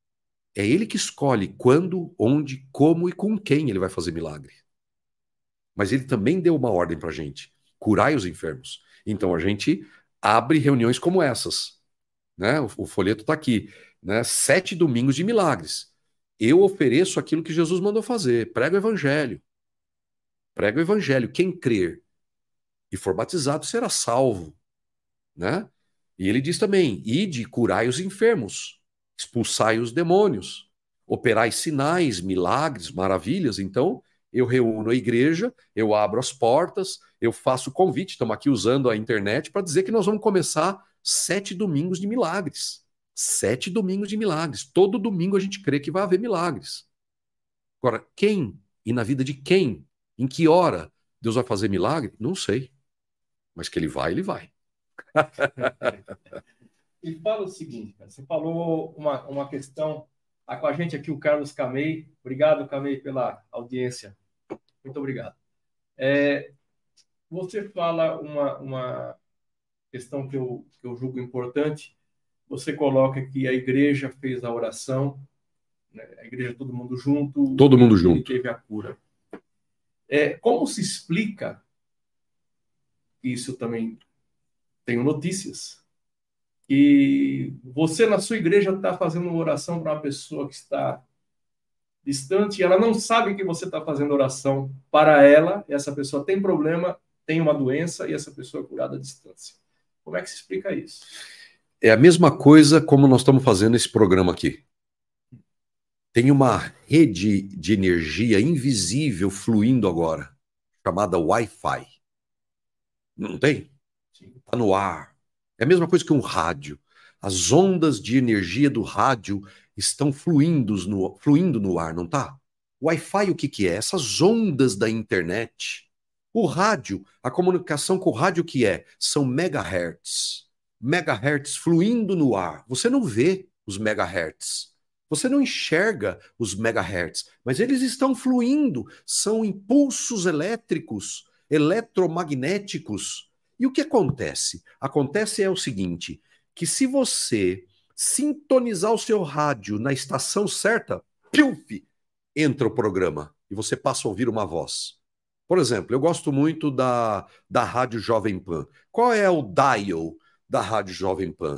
É Ele que escolhe quando, onde, como e com quem Ele vai fazer milagre. Mas Ele também deu uma ordem para a gente: curai os enfermos. Então a gente abre reuniões como essas. Né? O folheto está aqui. Né? 7 domingos de milagres. Eu ofereço aquilo que Jesus mandou fazer. Prega o evangelho. Prega o evangelho. Quem crer e for batizado será salvo. Né? E ele diz também: ide, curai os enfermos, expulsai os demônios, operai sinais, milagres, maravilhas. Então, eu reúno a igreja, eu abro as portas, eu faço o convite. Estamos aqui usando a internet para dizer que nós vamos começar 7 domingos de milagres. 7 domingos de milagres. Todo domingo a gente crê que vai haver milagres. Agora, quem e na vida de quem, em que hora Deus vai fazer milagre? Não sei. Mas que ele vai, ele vai. E fala o seguinte, cara, você falou uma questão. Tá com a gente aqui o Carlos Camei. Obrigado, Camei, pela audiência. Muito obrigado. Você fala uma questão que eu julgo importante. Você coloca que a igreja fez a oração, né? A igreja, todo mundo junto. Todo mundo e junto. teve a cura. Como se explica isso? Também tenho notícias. que você na sua igreja está fazendo uma oração para uma pessoa que está distante e ela não sabe que você está fazendo oração para ela, e essa pessoa tem problema, tem uma doença e essa pessoa é curada à distância. Como é que se explica isso? É a mesma coisa como nós estamos fazendo esse programa aqui. Tem uma rede de energia invisível fluindo agora, chamada Wi-Fi. Não tem? Está no ar. É a mesma coisa que um rádio. As ondas de energia do rádio estão fluindo no ar, não tá? Wi-Fi, o que que é? Essas ondas da internet. O rádio, a comunicação com o rádio, o que é? São megahertz. Megahertz fluindo no ar. Você não vê os megahertz. Você não enxerga os megahertz, mas eles estão fluindo. São impulsos elétricos, eletromagnéticos. E o que acontece? Acontece é o seguinte, que se você sintonizar o seu rádio na estação certa, piuf, entra o programa e você passa a ouvir uma voz. Por exemplo, eu gosto muito da Rádio Jovem Pan. Qual é o dial da Rádio Jovem Pan?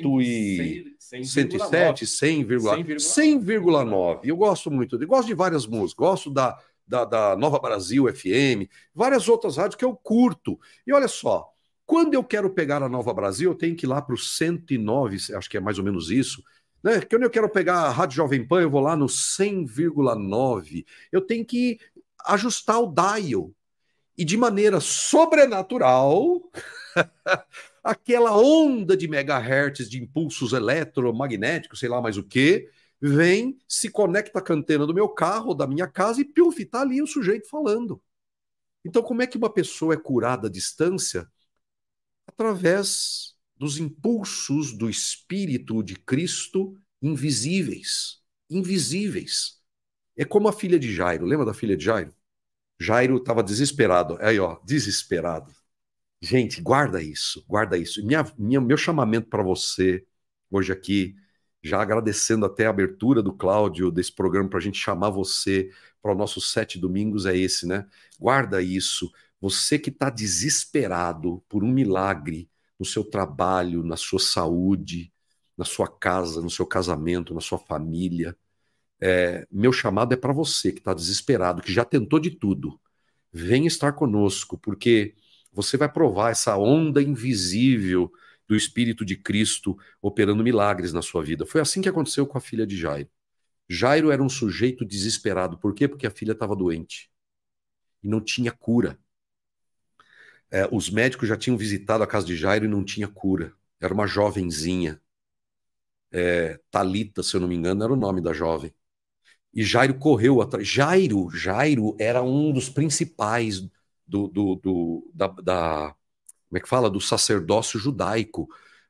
107, 100,9. Eu gosto muito. Eu gosto de várias músicas. Gosto da Nova Brasil FM, várias outras rádios que eu curto. E olha só, quando eu quero pegar a Nova Brasil, eu tenho que ir lá para o 109, acho que é mais ou menos isso, né? Quando eu quero pegar a Rádio Jovem Pan, eu vou lá no 100,9. Eu tenho que ajustar o dial. E de maneira sobrenatural, aquela onda de megahertz de impulsos eletromagnéticos, sei lá mais o que, vem, se conecta com a antena do meu carro, da minha casa, e piuf, tá ali o sujeito falando. Então, como é que uma pessoa é curada à distância? Através dos impulsos do Espírito de Cristo invisíveis. Invisíveis. É como a filha de Jairo. Lembra da filha de Jairo? Jairo estava desesperado. Aí, ó, desesperado. Gente, guarda isso, guarda isso. Meu chamamento para você hoje aqui, já agradecendo até a abertura do Cláudio desse programa para a gente chamar você para os nossos 7 domingos é esse, né? Guarda isso. Você que está desesperado por um milagre no seu trabalho, na sua saúde, na sua casa, no seu casamento, na sua família. Meu chamado é para você que está desesperado, que já tentou de tudo. Venha estar conosco, porque você vai provar essa onda invisível do Espírito de Cristo operando milagres na sua vida. Foi assim que aconteceu com a filha de Jairo. Jairo era um sujeito desesperado. Por quê? Porque a filha estava doente e não tinha cura. Os médicos já tinham visitado a casa de Jairo e não tinha cura. Era uma jovenzinha. Talita, se eu não me engano, era o nome da jovem. E Jairo correu atrás. Jairo era um dos principais como é que fala? Do sacerdócio judaico,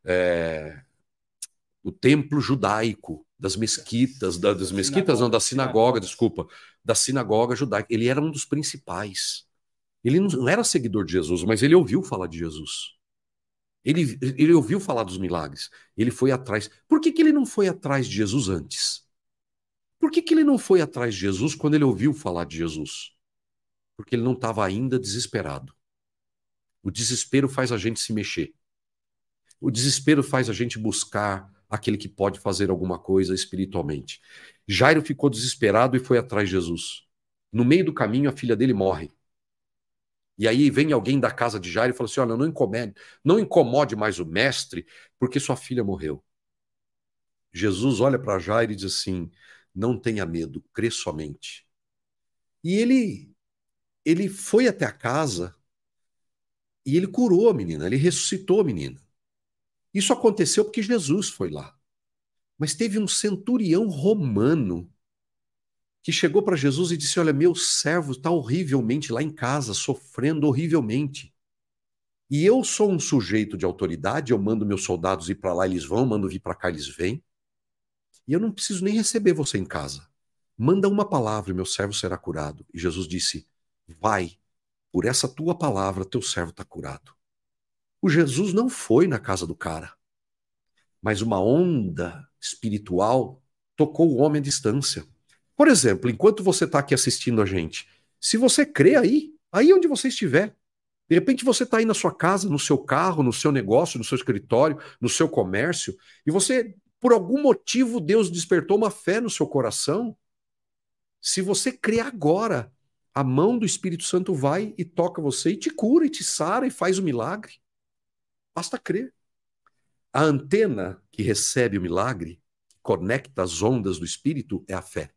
do templo judaico, das mesquitas, das mesquitas não, da sinagoga, desculpa, da sinagoga judaica. Ele era um dos principais. Ele não era seguidor de Jesus, mas ele ouviu falar de Jesus. Ele ouviu falar dos milagres. Ele foi atrás. Por que ele não foi atrás de Jesus antes? Por que ele não foi atrás de Jesus quando ele ouviu falar de Jesus? Porque ele não estava ainda desesperado. O desespero faz a gente se mexer. O desespero faz a gente buscar aquele que pode fazer alguma coisa espiritualmente. Jairo ficou desesperado e foi atrás de Jesus. No meio do caminho, a filha dele morre. E aí vem alguém da casa de Jairo e fala assim, olha, não incomode mais o mestre, porque sua filha morreu. Jesus olha para Jairo e diz assim, não tenha medo, crê somente. E ele foi até a casa e ele curou a menina, ele ressuscitou a menina. Isso aconteceu porque Jesus foi lá. Mas teve um centurião romano que chegou para Jesus e disse, olha, meu servo está horrivelmente lá em casa, sofrendo horrivelmente. E eu sou um sujeito de autoridade, eu mando meus soldados ir para lá, eles vão, mando vir para cá, eles vêm. E eu não preciso nem receber você em casa. Manda uma palavra e meu servo será curado. E Jesus disse, vai, por essa tua palavra, teu servo está curado. O Jesus não foi na casa do cara, mas uma onda espiritual tocou o homem à distância. Por exemplo, enquanto você está aqui assistindo a gente, se você crê aí onde você estiver, De repente você está aí na sua casa, no seu carro, no seu negócio, no seu escritório, no seu comércio, e você, por algum motivo, Deus despertou uma fé no seu coração. Se você crê agora, a mão do Espírito Santo vai e toca você e te cura, e te sara e faz o milagre. Basta crer. A antena que recebe o milagre, que conecta as ondas do Espírito, é a fé.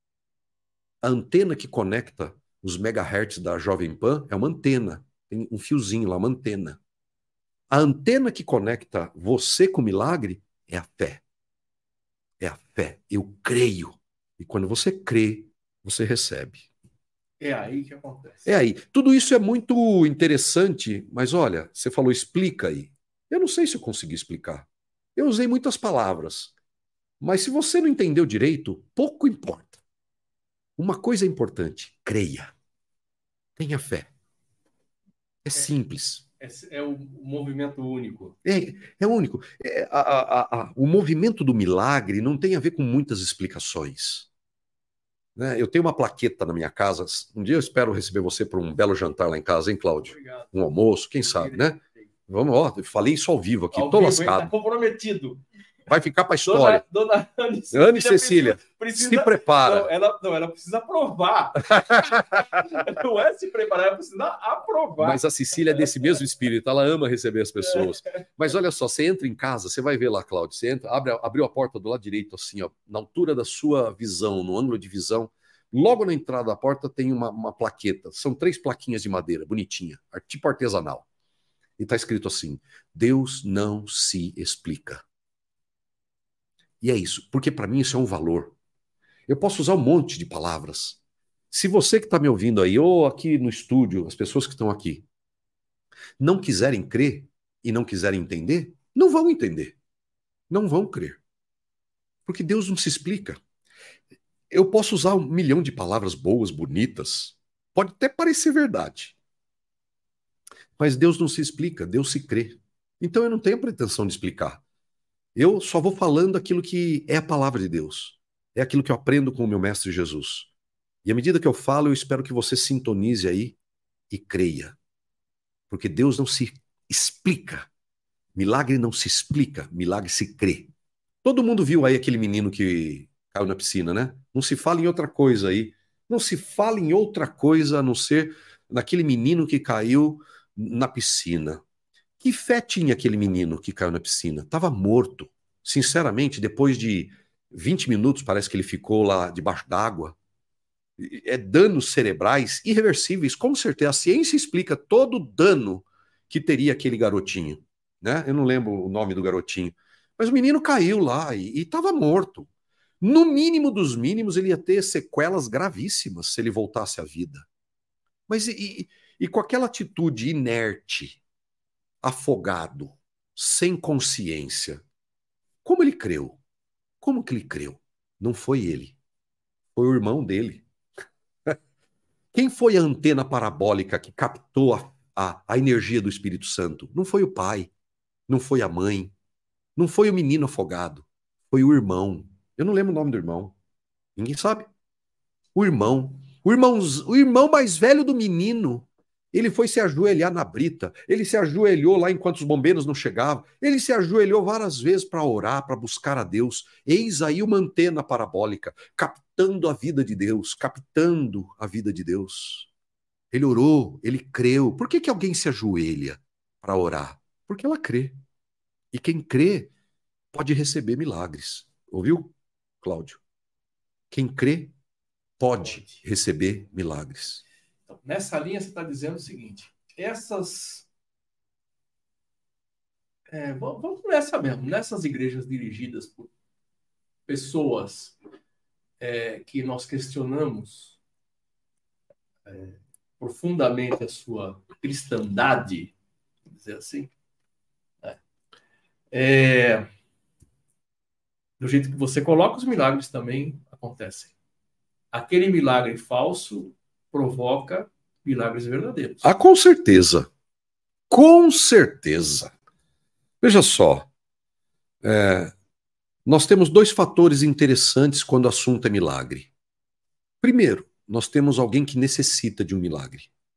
A antena que conecta os megahertz da Jovem Pan é uma antena. Tem um fiozinho lá, uma antena. A antena que conecta você com o milagre é a fé. É a fé. Eu creio. E quando você crê, você recebe. É aí que acontece. É aí. Tudo isso é muito interessante, mas olha, você falou, explica aí. Eu não sei se eu consegui explicar. Eu usei muitas palavras. Mas se você não entendeu direito, pouco importa. Uma coisa é importante: creia. Tenha fé. É simples. É o movimento único. É único. O movimento do milagre não tem a ver com muitas explicações. Né? Eu tenho uma plaqueta na minha casa. Um dia eu espero receber você para um belo jantar lá em casa, hein, Cláudio? Obrigado. Um almoço, quem sabe, né? Vamos, ó, eu falei isso ao vivo aqui, Ao tô vivo, lascado. tá comprometido. Vai ficar para a história. Dona Anne Cecília, precisa, se prepara. Ela precisa aprovar. Não é se preparar, ela precisa aprovar. Mas a Cecília é desse mesmo espírito, ela ama receber as pessoas. Mas olha só, você entra em casa, você vai ver lá, Cláudio, você entra, abriu a porta do lado direito, assim, ó, na altura da sua visão, no ângulo de visão, logo na entrada da porta tem uma plaqueta. São 3 plaquinhas de madeira, bonitinha, tipo artesanal. E está escrito assim: Deus não se explica. E é isso, porque para mim isso é um valor. Eu posso usar um monte de palavras. Se você que está me ouvindo aí, ou aqui no estúdio, as pessoas que estão aqui, não quiserem crer e não quiserem entender, não vão entender. Não vão crer. Porque Deus não se explica. Eu posso usar 1 milhão de palavras boas, bonitas. Pode até parecer verdade. Mas Deus não se explica, Deus se crê. Então eu não tenho pretensão de explicar. Eu só vou falando aquilo que é a palavra de Deus. É aquilo que eu aprendo com o meu mestre Jesus. E à medida que eu falo, eu espero que você sintonize aí e creia. Porque Deus não se explica. Milagre não se explica, milagre se crê. Todo mundo viu aí aquele menino que caiu na piscina, né? Não se fala em outra coisa aí. Não se fala em outra coisa a não ser naquele menino que caiu na piscina. Que fé tinha aquele menino que caiu na piscina? Estava morto. Sinceramente, depois de 20 minutos, parece que ele ficou lá debaixo d'água. É danos cerebrais irreversíveis. Com certeza, a ciência explica todo o dano que teria aquele garotinho. Né? Eu não lembro o nome do garotinho. Mas o menino caiu lá e estava morto. No mínimo dos mínimos, ele ia ter sequelas gravíssimas se ele voltasse à vida. Mas e com aquela atitude inerte, afogado, sem consciência, como ele creu? Como que ele creu? Não foi ele, foi o irmão dele. Quem foi a antena parabólica que captou a energia do Espírito Santo? Não foi o pai, não foi a mãe, não foi o menino afogado, foi o irmão. Eu não lembro o nome do irmão. Ninguém sabe. O irmão. O irmão mais velho do menino. Ele foi se ajoelhar na brita. Ele se ajoelhou lá enquanto os bombeiros não chegavam. Ele se ajoelhou várias vezes para orar, para buscar a Deus. Eis aí uma antena parabólica, captando a vida de Deus, captando a vida de Deus. Ele orou, ele creu. Por que alguém se ajoelha para orar? Porque ela crê. E quem crê pode receber milagres. Ouviu, Cláudio? Quem crê pode receber milagres. Então, nessa linha, você está dizendo o seguinte: vamos por essa mesmo, nessas igrejas dirigidas por pessoas que nós questionamos profundamente a sua cristandade, vamos dizer assim, do jeito que você coloca, os milagres também acontecem. Aquele milagre falso provoca milagres verdadeiros. Ah, com certeza. Com certeza. Veja só. Nós temos 2 fatores interessantes quando o assunto é milagre. Primeiro, nós temos alguém que necessita de um milagre.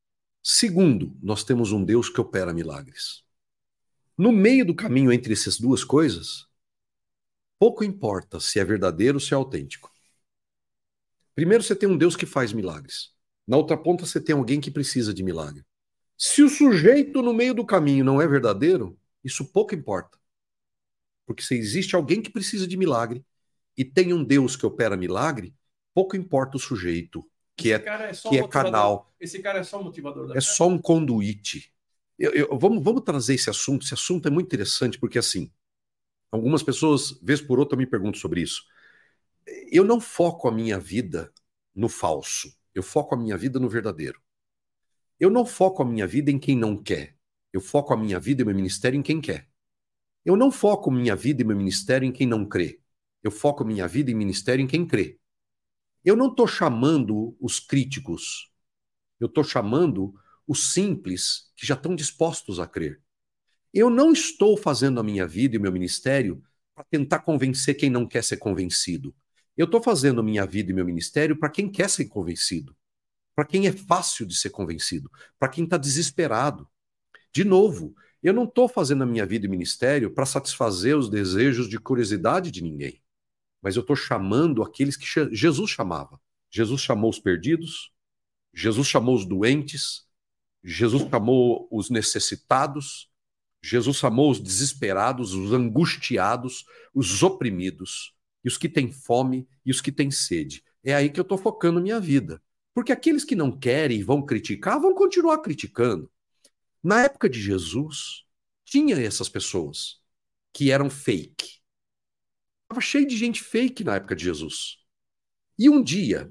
Segundo, nós temos um Deus que opera milagres. No meio do caminho entre essas duas coisas, pouco importa se é verdadeiro ou se é autêntico. Primeiro, você tem um Deus que faz milagres. Na outra ponta, você tem alguém que precisa de milagre. Se o sujeito no meio do caminho não é verdadeiro, isso pouco importa. Porque se existe alguém que precisa de milagre e tem um Deus que opera milagre, pouco importa o sujeito, que é canal. Esse cara é só motivador da fé. É só um conduíte. Vamos trazer esse assunto. Esse assunto é muito interessante, porque assim, algumas pessoas, vez por outra, me perguntam sobre isso. Eu não foco a minha vida no falso. Eu foco a minha vida no verdadeiro. Eu não foco a minha vida em quem não quer. Eu foco a minha vida e meu ministério em quem quer. Eu não foco minha vida e meu ministério em quem não crê. Eu foco minha vida e ministério em quem crê. Eu não estou chamando os críticos. Eu estou chamando os simples que já estão dispostos a crer. Eu não estou fazendo a minha vida e o meu ministério para tentar convencer quem não quer ser convencido. Eu estou fazendo a minha vida e meu ministério para quem quer ser convencido, para quem é fácil de ser convencido, para quem está desesperado. De novo, eu não estou fazendo a minha vida e ministério para satisfazer os desejos de curiosidade de ninguém, mas eu estou chamando aqueles que Jesus chamava. Jesus chamou os perdidos, Jesus chamou os doentes, Jesus chamou os necessitados, Jesus chamou os desesperados, os angustiados, os oprimidos, e os que têm fome e os que têm sede. É aí que eu estou focando minha vida. Porque aqueles que não querem e vão criticar, vão continuar criticando. Na época de Jesus, tinha essas pessoas que eram fake. Estava cheio de gente fake na época de Jesus. E um dia,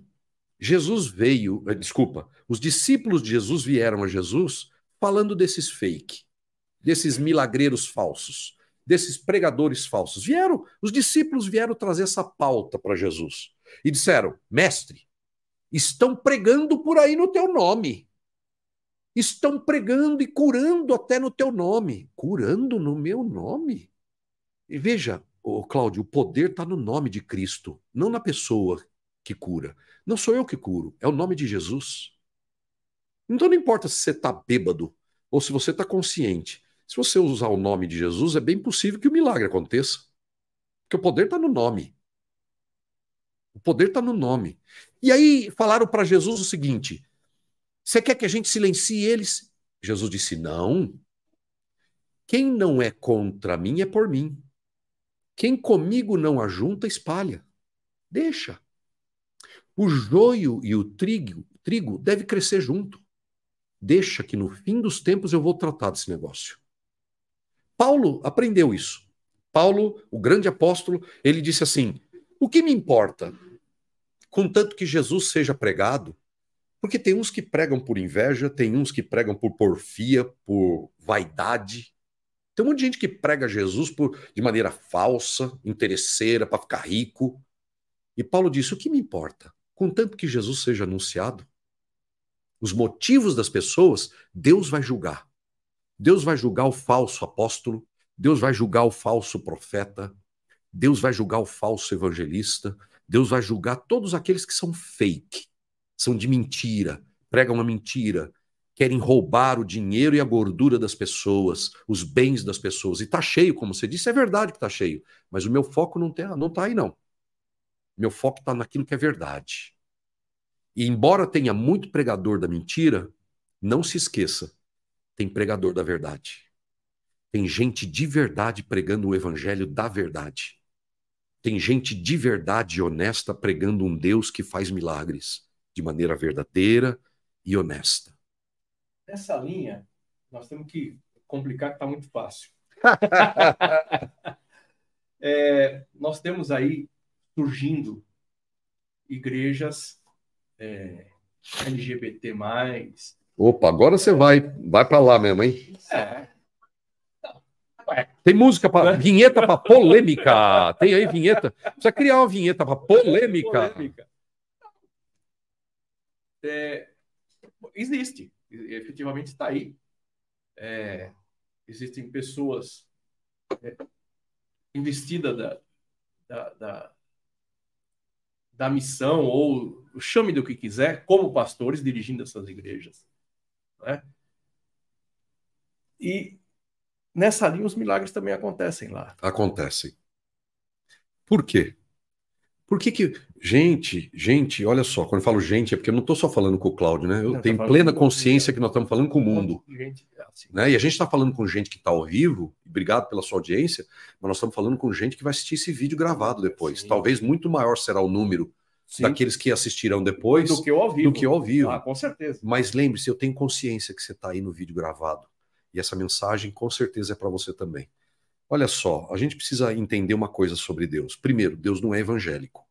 os discípulos de Jesus vieram a Jesus falando desses fake, desses milagreiros falsos, desses pregadores falsos. Os discípulos vieram trazer essa pauta para Jesus e disseram: Mestre, estão pregando por aí no teu nome. Estão pregando e curando até no teu nome. Curando no meu nome? E veja, Cláudio, o poder está no nome de Cristo, não na pessoa que cura. Não sou eu que curo, é o nome de Jesus. Então não importa se você está bêbado ou se você está consciente. Se você usar o nome de Jesus, é bem possível que o milagre aconteça. Porque o poder está no nome. O poder está no nome. E aí falaram para Jesus o seguinte: você quer que a gente silencie eles? Jesus disse: não. Quem não é contra mim é por mim. Quem comigo não ajunta, espalha. Deixa. O joio e o trigo deve crescer junto. Deixa que no fim dos tempos eu vou tratar desse negócio. Paulo aprendeu isso. Paulo, o grande apóstolo, ele disse assim: o que me importa? Contanto que Jesus seja pregado, porque tem uns que pregam por inveja, tem uns que pregam por porfia, por vaidade. Tem um monte de gente que prega Jesus de maneira falsa, interesseira, para ficar rico. E Paulo disse: o que me importa? Contanto que Jesus seja anunciado. Os motivos das pessoas, Deus vai julgar. Deus vai julgar o falso apóstolo, Deus vai julgar o falso profeta, Deus vai julgar o falso evangelista, Deus vai julgar todos aqueles que são fake, são de mentira, pregam uma mentira, querem roubar o dinheiro e a gordura das pessoas, os bens das pessoas. E tá cheio, como você disse, é verdade que tá cheio, mas o meu foco não tá aí, não. Meu foco está naquilo que é verdade. E embora tenha muito pregador da mentira, não se esqueça, tem pregador da verdade. Tem gente de verdade pregando o evangelho da verdade. Tem gente de verdade e honesta pregando um Deus que faz milagres de maneira verdadeira e honesta. Nessa linha, nós temos que complicar que está muito fácil. Nós temos aí surgindo igrejas LGBT+. Opa, agora você vai para lá mesmo, hein? Tem música para vinheta para polêmica. Tem aí vinheta? Precisa criar uma vinheta para polêmica. Existe, efetivamente está aí. Existem pessoas investidas da missão, ou chame do que quiser, como pastores dirigindo essas igrejas. né? E nessa linha os milagres também acontecem lá. Acontecem. Por quê? Por que que... Gente, olha só, quando eu falo gente, é porque eu não estou só falando com o Cláudio, né? Eu Não, tá tenho falando plena com consciência que nós estamos falando com o um monte mundo, de gente assim. né? E a gente está falando com gente que está ao vivo, obrigado pela sua audiência, mas nós estamos falando com gente que vai assistir esse vídeo gravado depois. Sim. Talvez muito maior será o número Sim. daqueles que assistirão depois do que eu ao vivo. do que eu ao vivo. Ah, com certeza. Mas lembre-se, eu tenho consciência que você está aí no vídeo gravado. E essa mensagem com certeza é para você também. Olha só, a gente precisa entender uma coisa sobre Deus. Primeiro, Deus não é evangélico.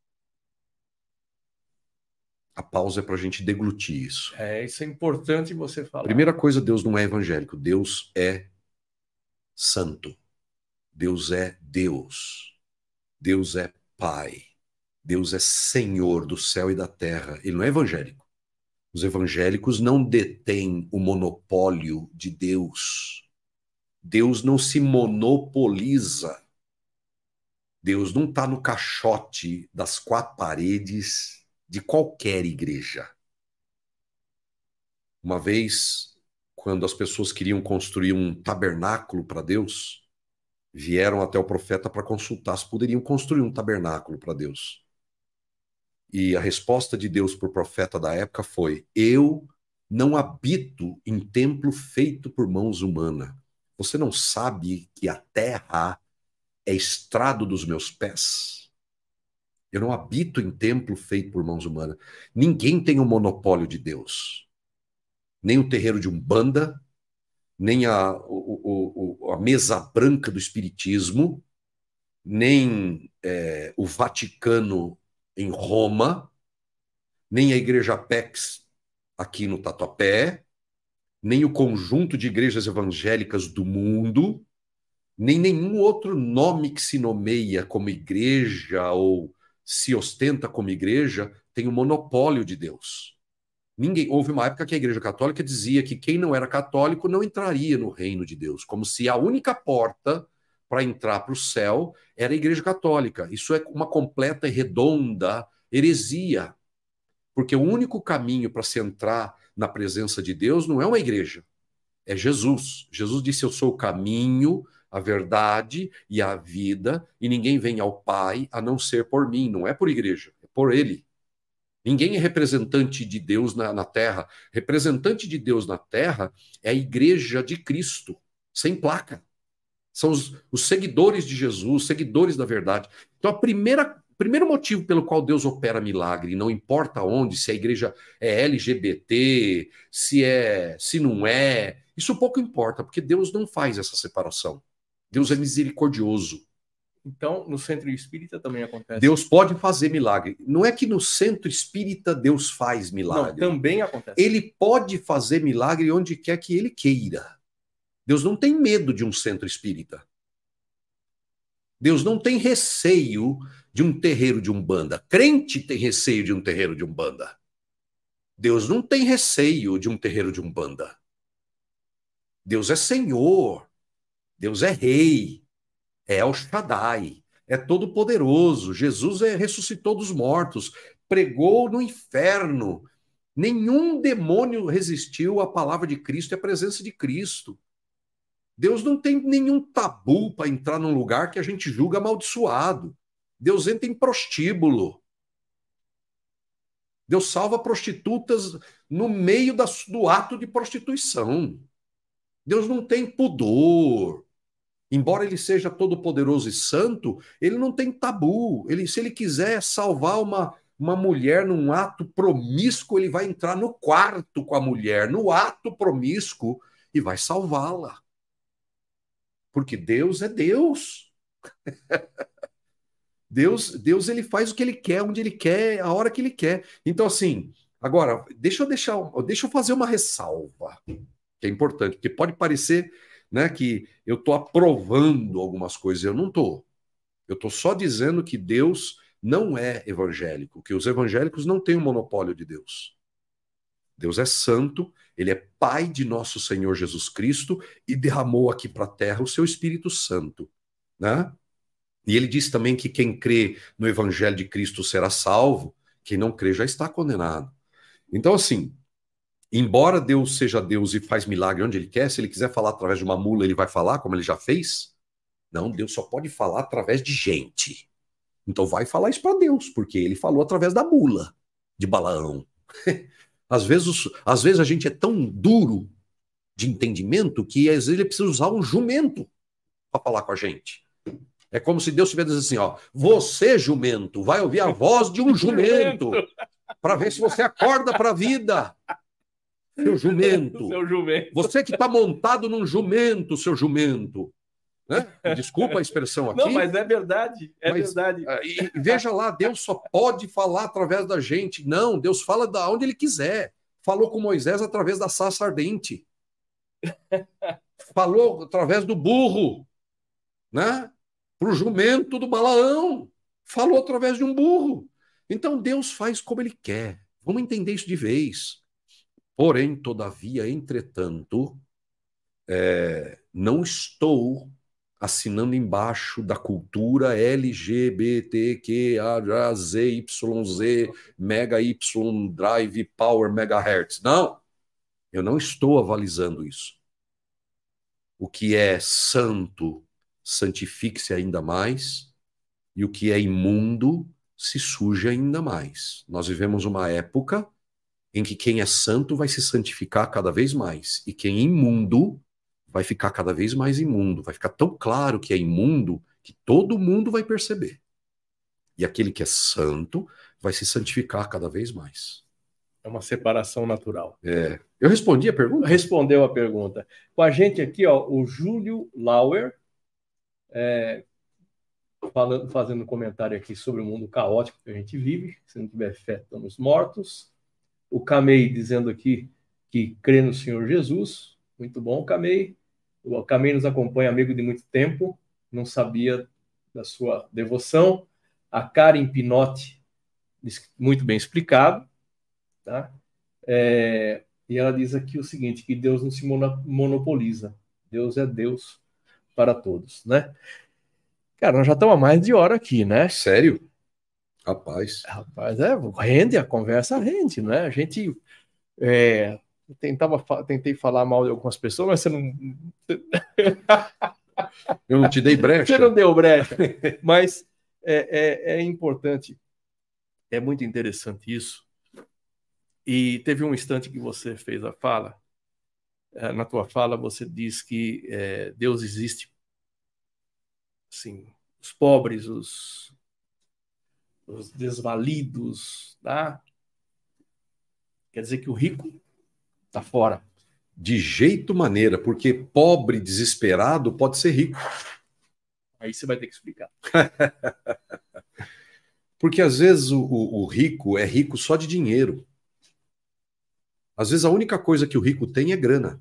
A pausa é para a gente deglutir isso. Isso é importante você falar. Primeira coisa, Deus não é evangélico. Deus é santo. Deus é Deus. Deus é Pai. Deus é Senhor do céu e da terra. Ele não é evangélico. Os evangélicos não detêm o monopólio de Deus. Deus não se monopoliza. Deus não está no caixote das quatro paredes de qualquer igreja. Uma vez, quando as pessoas queriam construir um tabernáculo para Deus, vieram até o profeta para consultar se poderiam construir um tabernáculo para Deus. E a resposta de Deus para o profeta da época foi: eu não habito em templo feito por mãos humanas. Você não sabe que a terra é estrado dos meus pés? Eu não habito em templo feito por mãos humanas. Ninguém tem o monopólio de Deus. Nem o terreiro de Umbanda, nem a mesa branca do espiritismo, nem o Vaticano em Roma, nem a Igreja PEX aqui no Tatuapé, nem o conjunto de igrejas evangélicas do mundo, nem nenhum outro nome que se nomeia como igreja ou se ostenta como igreja tem o monopólio de Deus. Houve uma época que a Igreja Católica dizia que quem não era católico não entraria no reino de Deus, como se a única porta para entrar para o céu era a Igreja Católica. Isso é uma completa e redonda heresia, porque o único caminho para se entrar na presença de Deus não é uma igreja, é Jesus. Jesus disse: eu sou o caminho, a verdade e a vida, e ninguém vem ao Pai a não ser por mim. Não é por igreja, é por Ele. Ninguém é representante de Deus na Terra. Representante de Deus na Terra é a Igreja de Cristo, sem placa. São os seguidores de Jesus, seguidores da verdade. Então, primeiro motivo pelo qual Deus opera milagre, não importa onde, se a igreja é LGBT, se não é, isso pouco importa, porque Deus não faz essa separação. Deus é misericordioso. Então, no centro espírita também acontece. Deus pode fazer milagre. Não é que no centro espírita Deus faz milagre. Não, também acontece. Ele pode fazer milagre onde quer que ele queira. Deus não tem medo de um centro espírita. Deus não tem receio de um terreiro de Umbanda. Crente tem receio de um terreiro de Umbanda. Deus não tem receio de um terreiro de Umbanda. Deus é Senhor. Deus é Rei. É El Shaddai, é todo-poderoso. Jesus ressuscitou dos mortos, pregou no inferno. Nenhum demônio resistiu à palavra de Cristo e à presença de Cristo. Deus não tem nenhum tabu para entrar num lugar que a gente julga amaldiçoado. Deus entra em prostíbulo. Deus salva prostitutas no meio do ato de prostituição. Deus não tem pudor. Embora ele seja todo-poderoso e santo, ele não tem tabu. Se ele quiser salvar uma mulher num ato promíscuo, ele vai entrar no quarto com a mulher, no ato promíscuo, e vai salvá-la. Porque Deus é Deus. Deus ele faz o que ele quer, onde ele quer, a hora que ele quer. Então, assim, agora, deixa eu fazer uma ressalva, que é importante, porque pode parecer, né, que eu estou aprovando algumas coisas. Eu não estou. Eu estou só dizendo que Deus não é evangélico, que os evangélicos não têm o monopólio de Deus. Deus é santo, ele é Pai de nosso Senhor Jesus Cristo e derramou aqui para a terra o seu Espírito Santo, né? E ele diz também que quem crê no Evangelho de Cristo será salvo, quem não crê já está condenado. Então, assim, Embora Deus seja Deus e faz milagre onde ele quer, se ele quiser falar através de uma mula, ele vai falar, como ele já fez? Não, Deus só pode falar através de gente. Então vai falar isso para Deus, porque ele falou através da mula de Balaão. Às vezes a gente é tão duro de entendimento que às vezes ele precisa usar um jumento para falar com a gente. É como se Deus estivesse dizendo assim, ó, você, jumento, vai ouvir a voz de um jumento para ver se você acorda para a vida. Seu jumento. Seu jumento. Você que está montado num jumento, seu jumento. Né? Desculpa a expressão aqui. Não, mas é verdade, verdade. E veja lá, Deus só pode falar através da gente. Não, Deus fala da onde ele quiser. Falou com Moisés através da sarça ardente. Falou através do burro, né? Para o jumento do Balaão. Falou através de um burro. Então Deus faz como ele quer. Vamos entender isso de vez. Porém, todavia, entretanto, não estou assinando embaixo da cultura LGBTQAZYZ Mega Y Drive Power Megahertz. Não, eu não estou avalizando isso. O que é santo, santifique-se ainda mais, e o que é imundo, se suje ainda mais. Nós vivemos uma época em que quem é santo vai se santificar cada vez mais, e quem é imundo vai ficar cada vez mais imundo, vai ficar tão claro que é imundo que todo mundo vai perceber. E aquele que é santo vai se santificar cada vez mais. É uma separação natural. Eu respondi a pergunta? Respondeu a pergunta. Com a gente aqui, ó, o Júlio Lauer, fazendo um comentário aqui sobre o mundo caótico que a gente vive. Se não tiver fé, estamos mortos. O Camei dizendo aqui que crê no Senhor Jesus. Muito bom, Camei. O Camei nos acompanha, amigo de muito tempo. Não sabia da sua devoção. A Karen Pinotti diz muito bem explicado. Tá? E ela diz aqui o seguinte, que Deus não se monopoliza. Deus é Deus para todos, né? Cara, nós já estamos há mais de hora aqui, né? Sério? Rapaz, rende, a conversa rende, né? A gente tentei falar mal de algumas pessoas, mas você não... Eu não te dei brecha. Você não deu brecha. Mas é importante, é muito interessante isso. E teve um instante que você fez a fala, na tua fala você diz que Deus existe, assim, os pobres, os desvalidos, tá? Quer dizer que o rico tá fora. De jeito maneira, porque pobre desesperado pode ser rico. Aí você vai ter que explicar. Porque às vezes o rico é rico só de dinheiro. Às vezes a única coisa que o rico tem é grana.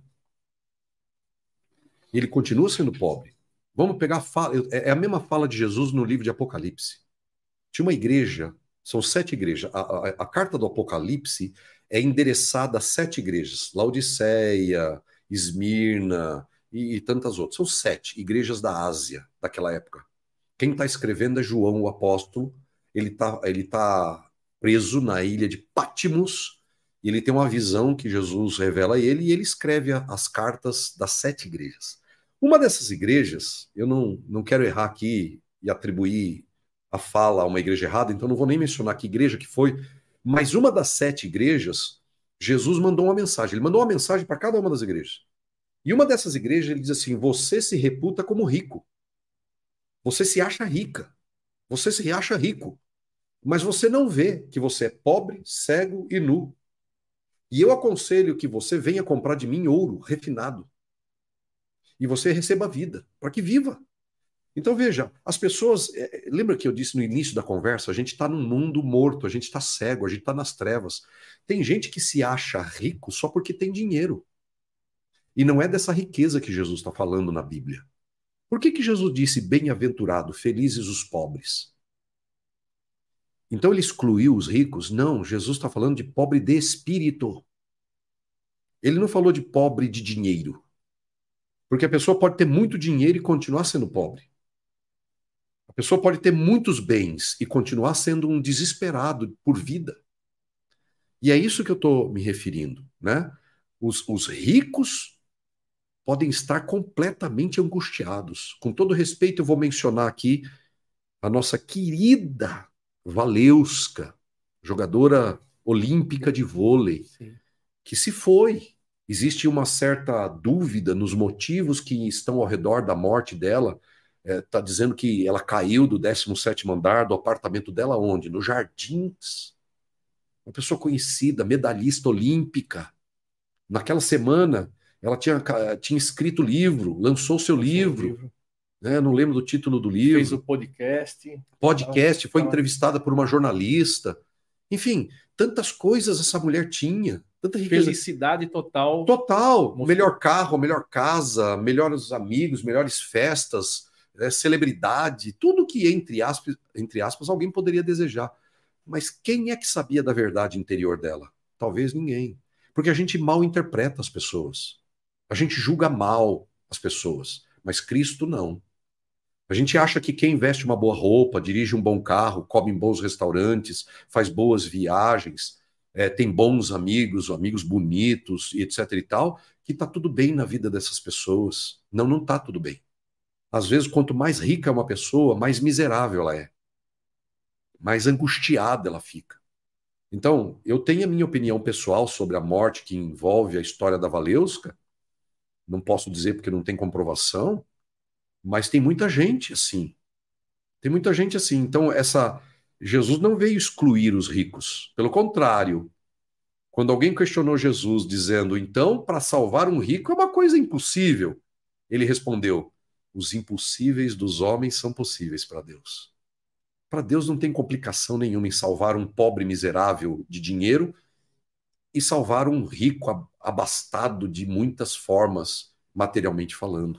E ele continua sendo pobre. Vamos pegar a fala, é a mesma fala de Jesus no livro de Apocalipse. Tinha uma igreja, são 7 igrejas. A carta do Apocalipse é endereçada a 7 igrejas. Laodiceia, Esmirna e tantas outras. São 7 igrejas da Ásia, daquela época. Quem está escrevendo é João, o apóstolo. Ele tá preso na ilha de Patmos. E ele tem uma visão que Jesus revela a ele, e ele escreve as cartas das 7 igrejas. Uma dessas igrejas, eu não quero errar aqui e atribuir a fala a uma igreja errada, então não vou nem mencionar que igreja que foi, mas uma das 7 igrejas, Jesus mandou uma mensagem. Ele mandou uma mensagem para cada uma das igrejas. E uma dessas igrejas, ele diz assim, você se reputa como rico. Você se acha rica. Você se acha rico. Mas você não vê que você é pobre, cego e nu. E eu aconselho que você venha comprar de mim ouro refinado. E você receba vida, para que viva. Então veja, as pessoas... lembra que eu disse no início da conversa? A gente está num mundo morto, a gente está cego, a gente está nas trevas. Tem gente que se acha rico só porque tem dinheiro. E não é dessa riqueza que Jesus está falando na Bíblia. Por que Jesus disse bem-aventurado, felizes os pobres? Então ele excluiu os ricos? Não, Jesus está falando de pobre de espírito. Ele não falou de pobre de dinheiro. Porque a pessoa pode ter muito dinheiro e continuar sendo pobre. A pessoa pode ter muitos bens e continuar sendo um desesperado por vida. E é isso que eu estou me referindo, né? Os ricos podem estar completamente angustiados. Com todo respeito, eu vou mencionar aqui a nossa querida Valeuska, jogadora olímpica de vôlei, Sim. que se foi. Existe uma certa dúvida nos motivos que estão ao redor da morte dela. Está dizendo que ela caiu do 17º andar do apartamento dela onde? Nos Jardins. Uma pessoa conhecida, medalhista olímpica. Naquela semana, ela tinha escrito livro, lançou seu livro, né? Não lembro do título do Fez livro. o podcast. Podcast, foi entrevistada por uma jornalista. Enfim, tantas coisas essa mulher tinha, tanta riqueza. Felicidade total. Total. Mostrou. Melhor carro, melhor casa, melhores amigos, melhores festas, celebridade, tudo que, entre aspas, alguém poderia desejar. Mas quem é que sabia da verdade interior dela? Talvez ninguém. Porque a gente mal interpreta as pessoas. A gente julga mal as pessoas. Mas Cristo não. A gente acha que quem veste uma boa roupa, dirige um bom carro, come em bons restaurantes, faz boas viagens, tem bons amigos, amigos bonitos e etc e tal, que está tudo bem na vida dessas pessoas. Não, não está tudo bem. Às vezes, quanto mais rica é uma pessoa, mais miserável ela é. Mais angustiada ela fica. Então, eu tenho a minha opinião pessoal sobre a morte que envolve a história da Valeuska. Não posso dizer porque não tem comprovação, mas tem muita gente assim. Tem muita gente assim. Então, Jesus não veio excluir os ricos. Pelo contrário, quando alguém questionou Jesus dizendo, então, para salvar um rico é uma coisa impossível, ele respondeu, os impossíveis dos homens são possíveis para Deus. Para Deus não tem complicação nenhuma em salvar um pobre miserável de dinheiro e salvar um rico abastado de muitas formas, materialmente falando.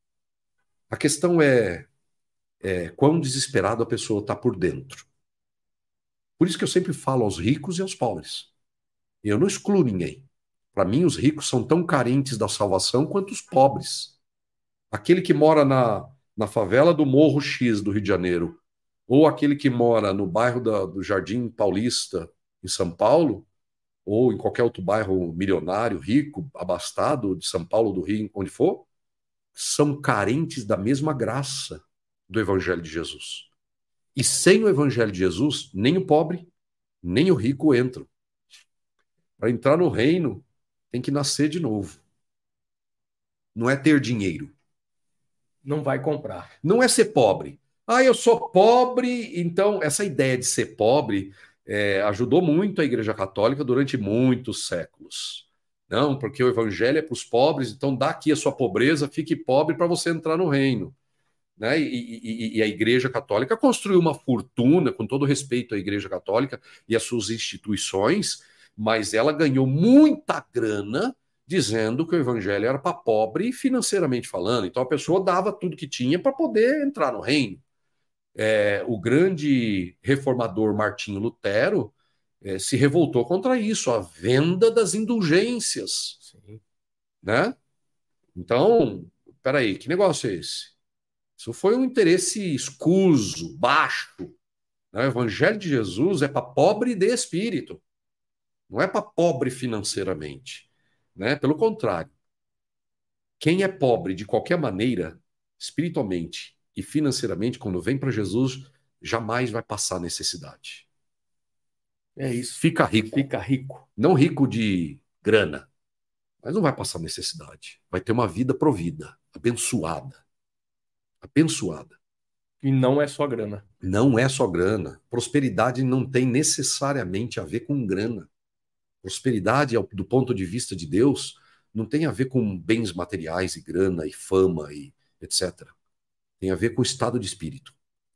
A questão é quão desesperado a pessoa está por dentro. Por isso que eu sempre falo aos ricos e aos pobres. Eu não excluo ninguém. Para mim, os ricos são tão carentes da salvação quanto os pobres. Aquele que mora na favela do Morro X do Rio de Janeiro, ou aquele que mora no bairro do Jardim Paulista, em São Paulo, ou em qualquer outro bairro milionário, rico, abastado de São Paulo, do Rio, onde for, são carentes da mesma graça do Evangelho de Jesus. E sem o Evangelho de Jesus, nem o pobre, nem o rico entram. Para entrar no reino, tem que nascer de novo. Não é ter dinheiro. Não vai comprar. Não é ser pobre. Ah, eu sou pobre, então essa ideia de ser pobre ajudou muito a Igreja Católica durante muitos séculos. Não, porque o evangelho é para os pobres, então dá aqui a sua pobreza, fique pobre para você entrar no reino. Né? E a Igreja Católica construiu uma fortuna, com todo respeito à Igreja Católica e às suas instituições, mas ela ganhou muita grana dizendo que o evangelho era para pobre financeiramente falando. Então a pessoa dava tudo que tinha para poder entrar no reino. O grande reformador Martinho Lutero se revoltou contra isso, a venda das indulgências. Sim. Né? Então, peraí, que negócio é esse? Isso foi um interesse escuso, baixo. Né? O Evangelho de Jesus é para pobre de espírito, não é para pobre financeiramente. Né? Pelo contrário, quem é pobre de qualquer maneira, espiritualmente e financeiramente, quando vem para Jesus, jamais vai passar necessidade. É isso. Fica rico. Fica rico. Não rico de grana, mas não vai passar necessidade. Vai ter uma vida provida, abençoada. Abençoada. E não é só grana. Não é só grana. Prosperidade não tem necessariamente a ver com grana. Prosperidade, do ponto de vista de Deus, não tem a ver com bens materiais e grana e fama e etc. Tem a ver com o estado de espírito.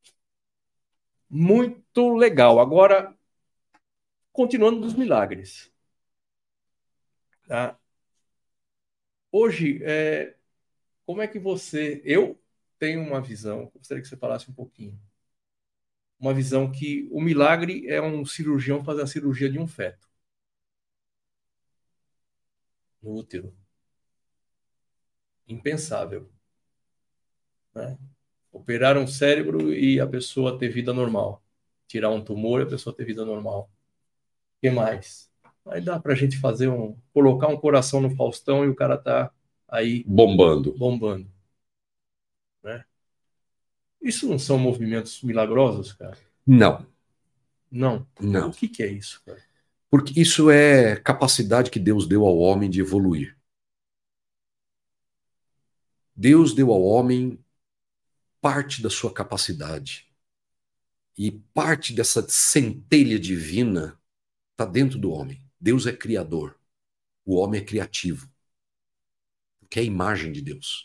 Muito legal. Agora, continuando dos milagres. Tá? Hoje, como é que você... Eu tenho uma visão, gostaria que você falasse um pouquinho. Uma visão que o milagre é um cirurgião fazer a cirurgia de um feto no útero. Impensável. Né? Operar um cérebro e a pessoa ter vida normal. Tirar um tumor e a pessoa ter vida normal. O que mais? Aí dá pra gente colocar um coração no Faustão e o cara tá aí Bombando. bombando, né? Isso não são movimentos milagrosos, cara? Não, Não. não. O que é isso, cara? Porque isso é capacidade que Deus deu ao homem de evoluir. Deus deu ao homem parte da sua capacidade. E parte dessa centelha divina está dentro do homem. Deus é criador. O homem é criativo. Porque é a imagem de Deus.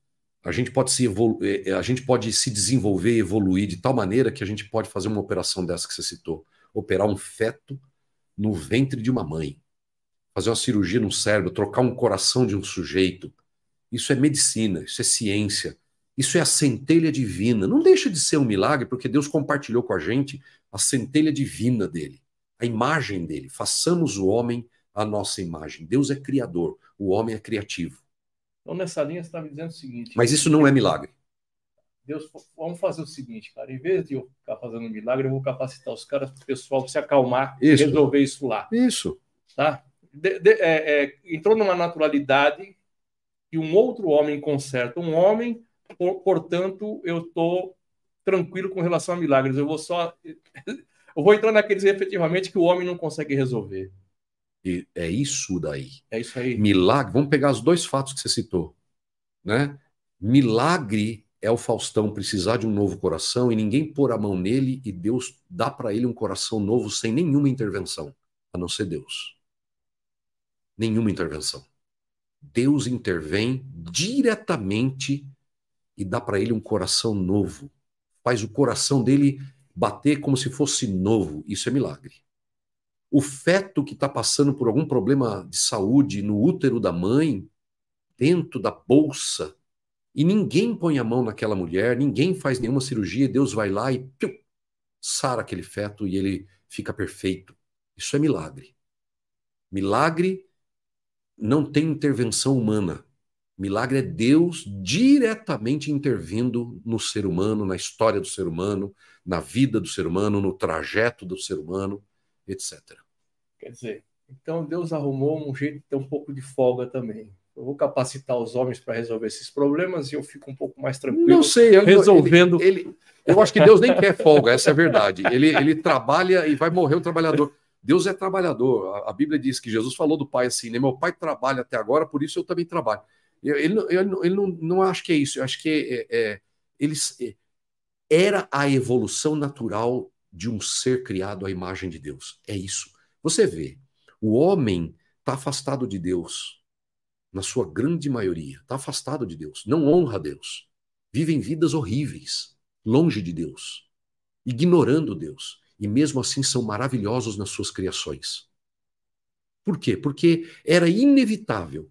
A gente pode se desenvolver e evoluir de tal maneira que a gente pode fazer uma operação dessa que você citou. Operar um feto no ventre de uma mãe. Fazer uma cirurgia no cérebro, trocar um coração de um sujeito. Isso é medicina, isso é ciência. Isso é a centelha divina. Não deixa de ser um milagre, porque Deus compartilhou com a gente a centelha divina dele, a imagem dele. Façamos o homem a nossa imagem. Deus é criador, o homem é criativo. Então, nessa linha, você está me dizendo o seguinte... Mas isso não é milagre. Deus, vamos fazer o seguinte, cara. Em vez de eu ficar fazendo milagre, eu vou capacitar os caras para o pessoal se acalmar e resolver isso lá. Isso. Tá? Entrou numa naturalidade que um outro homem conserta um homem, portanto, eu estou tranquilo com relação a milagres. Eu vou entrar naqueles efetivamente que o homem não consegue resolver. E é isso daí. É isso aí. Milagre, vamos pegar os dois fatos que você citou, né? Milagre é o Faustão precisar de um novo coração e ninguém pôr a mão nele e Deus dá para ele um coração novo sem nenhuma intervenção, a não ser Deus. Nenhuma intervenção. Deus intervém diretamente e dá para ele um coração novo. Faz o coração dele bater como se fosse novo. Isso é milagre. O feto que está passando por algum problema de saúde no útero da mãe, dentro da bolsa, e ninguém põe a mão naquela mulher, ninguém faz nenhuma cirurgia, Deus vai lá e sara aquele feto e ele fica perfeito. Isso é milagre. Milagre não tem intervenção humana. Milagre é Deus diretamente intervindo no ser humano, na história do ser humano, na vida do ser humano, no trajeto do ser humano, etc. Quer dizer, então Deus arrumou um jeito de ter um pouco de folga também. Eu vou capacitar os homens para resolver esses problemas e eu fico um pouco mais tranquilo. Não sei, resolvendo. Eu acho que Deus nem quer folga, essa é a verdade. Ele trabalha e vai morrer o trabalhador. Deus é trabalhador. A Bíblia diz que Jesus falou do Pai assim, né? Meu Pai trabalha até agora, por isso eu também trabalho. Ele não acho que é isso. Eu acho que era a evolução natural de um ser criado à imagem de Deus. É isso. Você vê, o homem está afastado de Deus, na sua grande maioria. Está afastado de Deus. Não honra Deus. Vivem vidas horríveis, longe de Deus, ignorando Deus. E mesmo assim são maravilhosos nas suas criações. Por quê? Porque era inevitável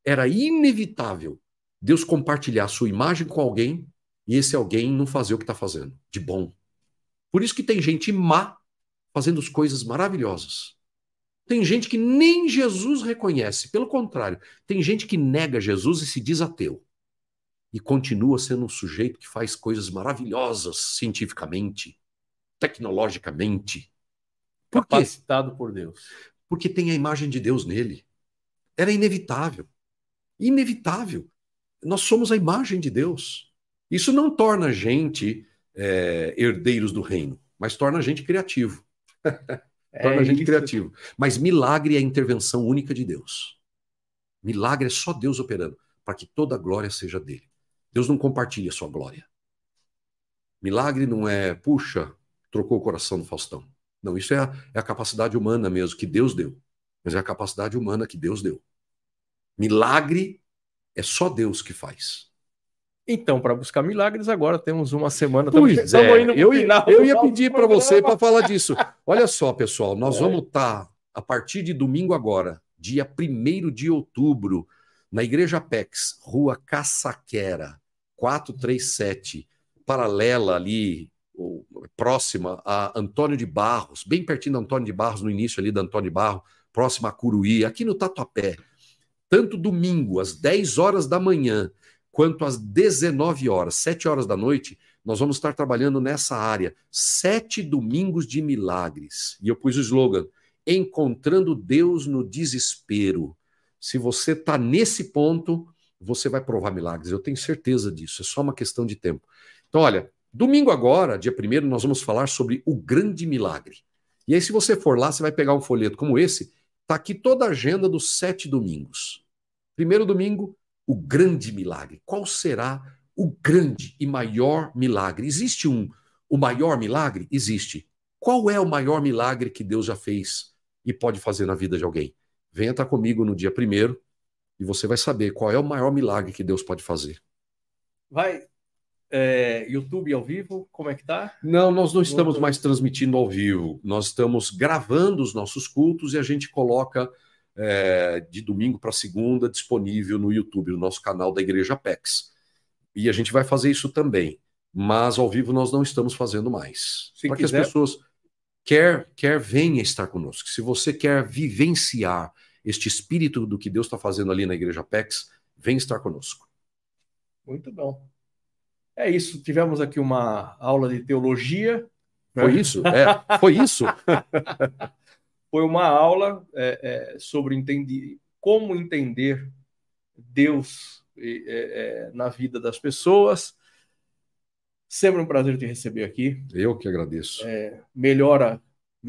Deus compartilhar a sua imagem com alguém e esse alguém não fazer o que está fazendo, de bom. Por isso que tem gente má fazendo as coisas maravilhosas. Tem gente que nem Jesus reconhece, pelo contrário, tem gente que nega Jesus e se diz ateu. E continua sendo um sujeito que faz coisas maravilhosas cientificamente, tecnologicamente. Por quê? Capacitado por Deus. Porque tem a imagem de Deus nele. Era inevitável. Inevitável. Nós somos a imagem de Deus. Isso não torna a gente herdeiros do reino, mas torna a gente criativo. Torna a gente criativo. Mas milagre é a intervenção única de Deus. Milagre é só Deus operando, para que toda a glória seja dele. Deus não compartilha a sua glória. Milagre não é, puxa, trocou o coração do Faustão. Não, isso é a capacidade humana mesmo, que Deus deu. Mas é a capacidade humana que Deus deu. Milagre é só Deus que faz. Então, para buscar milagres, agora temos uma semana. Pois é, eu ia pedir para você para falar disso. Olha só, pessoal, nós vamos estar, a partir de domingo agora, dia 1º de outubro, na Igreja Apex, Rua Caçaquera, 437, paralela ali, próxima a Antônio de Barros, bem pertinho de Antônio de Barros, no início ali da Antônio de Barros, próxima a Curuí, aqui no Tatuapé. Tanto domingo, às 10 horas da manhã, quanto às 19 horas, 7 horas da noite, nós vamos estar trabalhando nessa área. 7 domingos de milagres. E eu pus o slogan, encontrando Deus no desespero. Se você está nesse ponto, você vai provar milagres. Eu tenho certeza disso. É só uma questão de tempo. Então, olha, domingo agora, dia 1º, nós vamos falar sobre o grande milagre. E aí, se você for lá, você vai pegar um folheto como esse. Está aqui toda a agenda dos 7 domingos. Primeiro domingo, o grande milagre. Qual será o grande e maior milagre? Existe o maior milagre? Existe. Qual é o maior milagre que Deus já fez e pode fazer na vida de alguém? Venha estar comigo no dia 1º e você vai saber qual é o maior milagre que Deus pode fazer. Vai, YouTube ao vivo, como é que tá? Não, nós não estamos mais transmitindo ao vivo. Nós estamos gravando os nossos cultos e a gente coloca de domingo para segunda disponível no YouTube, no nosso canal da Igreja Apex. E a gente vai fazer isso também. Mas ao vivo nós não estamos fazendo mais. Para que as pessoas venha estar conosco. Se você quer vivenciar este espírito do que Deus está fazendo ali na Igreja Apex, vem estar conosco. Muito bom. É isso. Tivemos aqui uma aula de teologia. Foi isso? Foi isso? Foi uma aula sobre como entender Deus na vida das pessoas. Sempre um prazer te receber aqui. Eu que agradeço. Melhora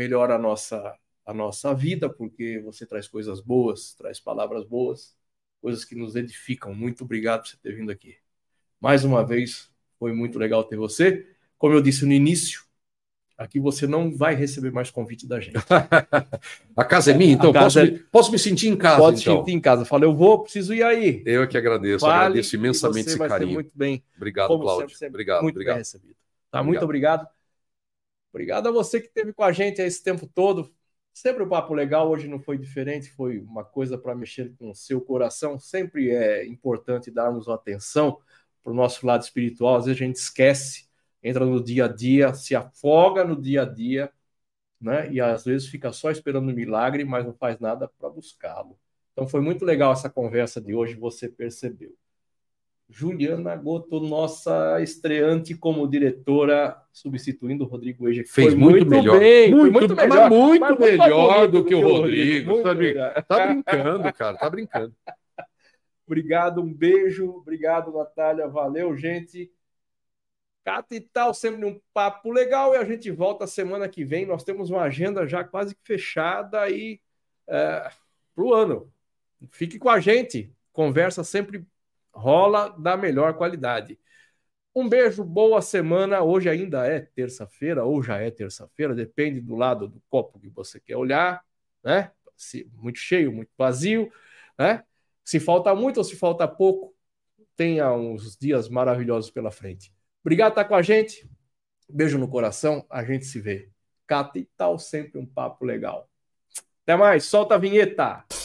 a nossa vida, porque você traz coisas boas, traz palavras boas, coisas que nos edificam. Muito obrigado por você ter vindo aqui. Mais uma vez, foi muito legal ter você. Como eu disse no início, aqui você não vai receber mais convite da gente. A casa é minha, então posso me sentir em casa. Pode sentir em casa. Falei, preciso ir aí. Eu que agradeço, agradeço imensamente esse carinho. Muito bem. Obrigado, Cláudio. Obrigado. Muito bem recebido. Tá, muito obrigado. Obrigado a você que esteve com a gente esse tempo todo. Sempre um papo legal, hoje não foi diferente, foi uma coisa para mexer com o seu coração. Sempre é importante darmos atenção para o nosso lado espiritual. Às vezes a gente esquece, entra no dia a dia, se afoga no dia a dia, né? E às vezes fica só esperando um milagre, mas não faz nada para buscá-lo. Então foi muito legal essa conversa de hoje, você percebeu. Juliana Goto, nossa estreante como diretora, substituindo o Rodrigo Eija, que fez muito melhor. Bem, muito melhor do que o Rodrigo. Tá brincando, cara, tá brincando. Obrigado, um beijo. Obrigado, Natália. Valeu, gente. Capital, sempre um papo legal. E a gente volta semana que vem. Nós temos uma agenda já quase fechada aí para o ano. Fique com a gente. Conversa sempre rola da melhor qualidade. Um beijo, boa semana. Hoje ainda é terça-feira, ou já é terça-feira, depende do lado do copo que você quer olhar, né? Se muito cheio, muito vazio, né? Se falta muito ou se falta pouco, tenha uns dias maravilhosos pela frente. Obrigado por estar com a gente. Beijo no coração. A gente se vê. Capital, sempre um papo legal. Até mais. Solta a vinheta.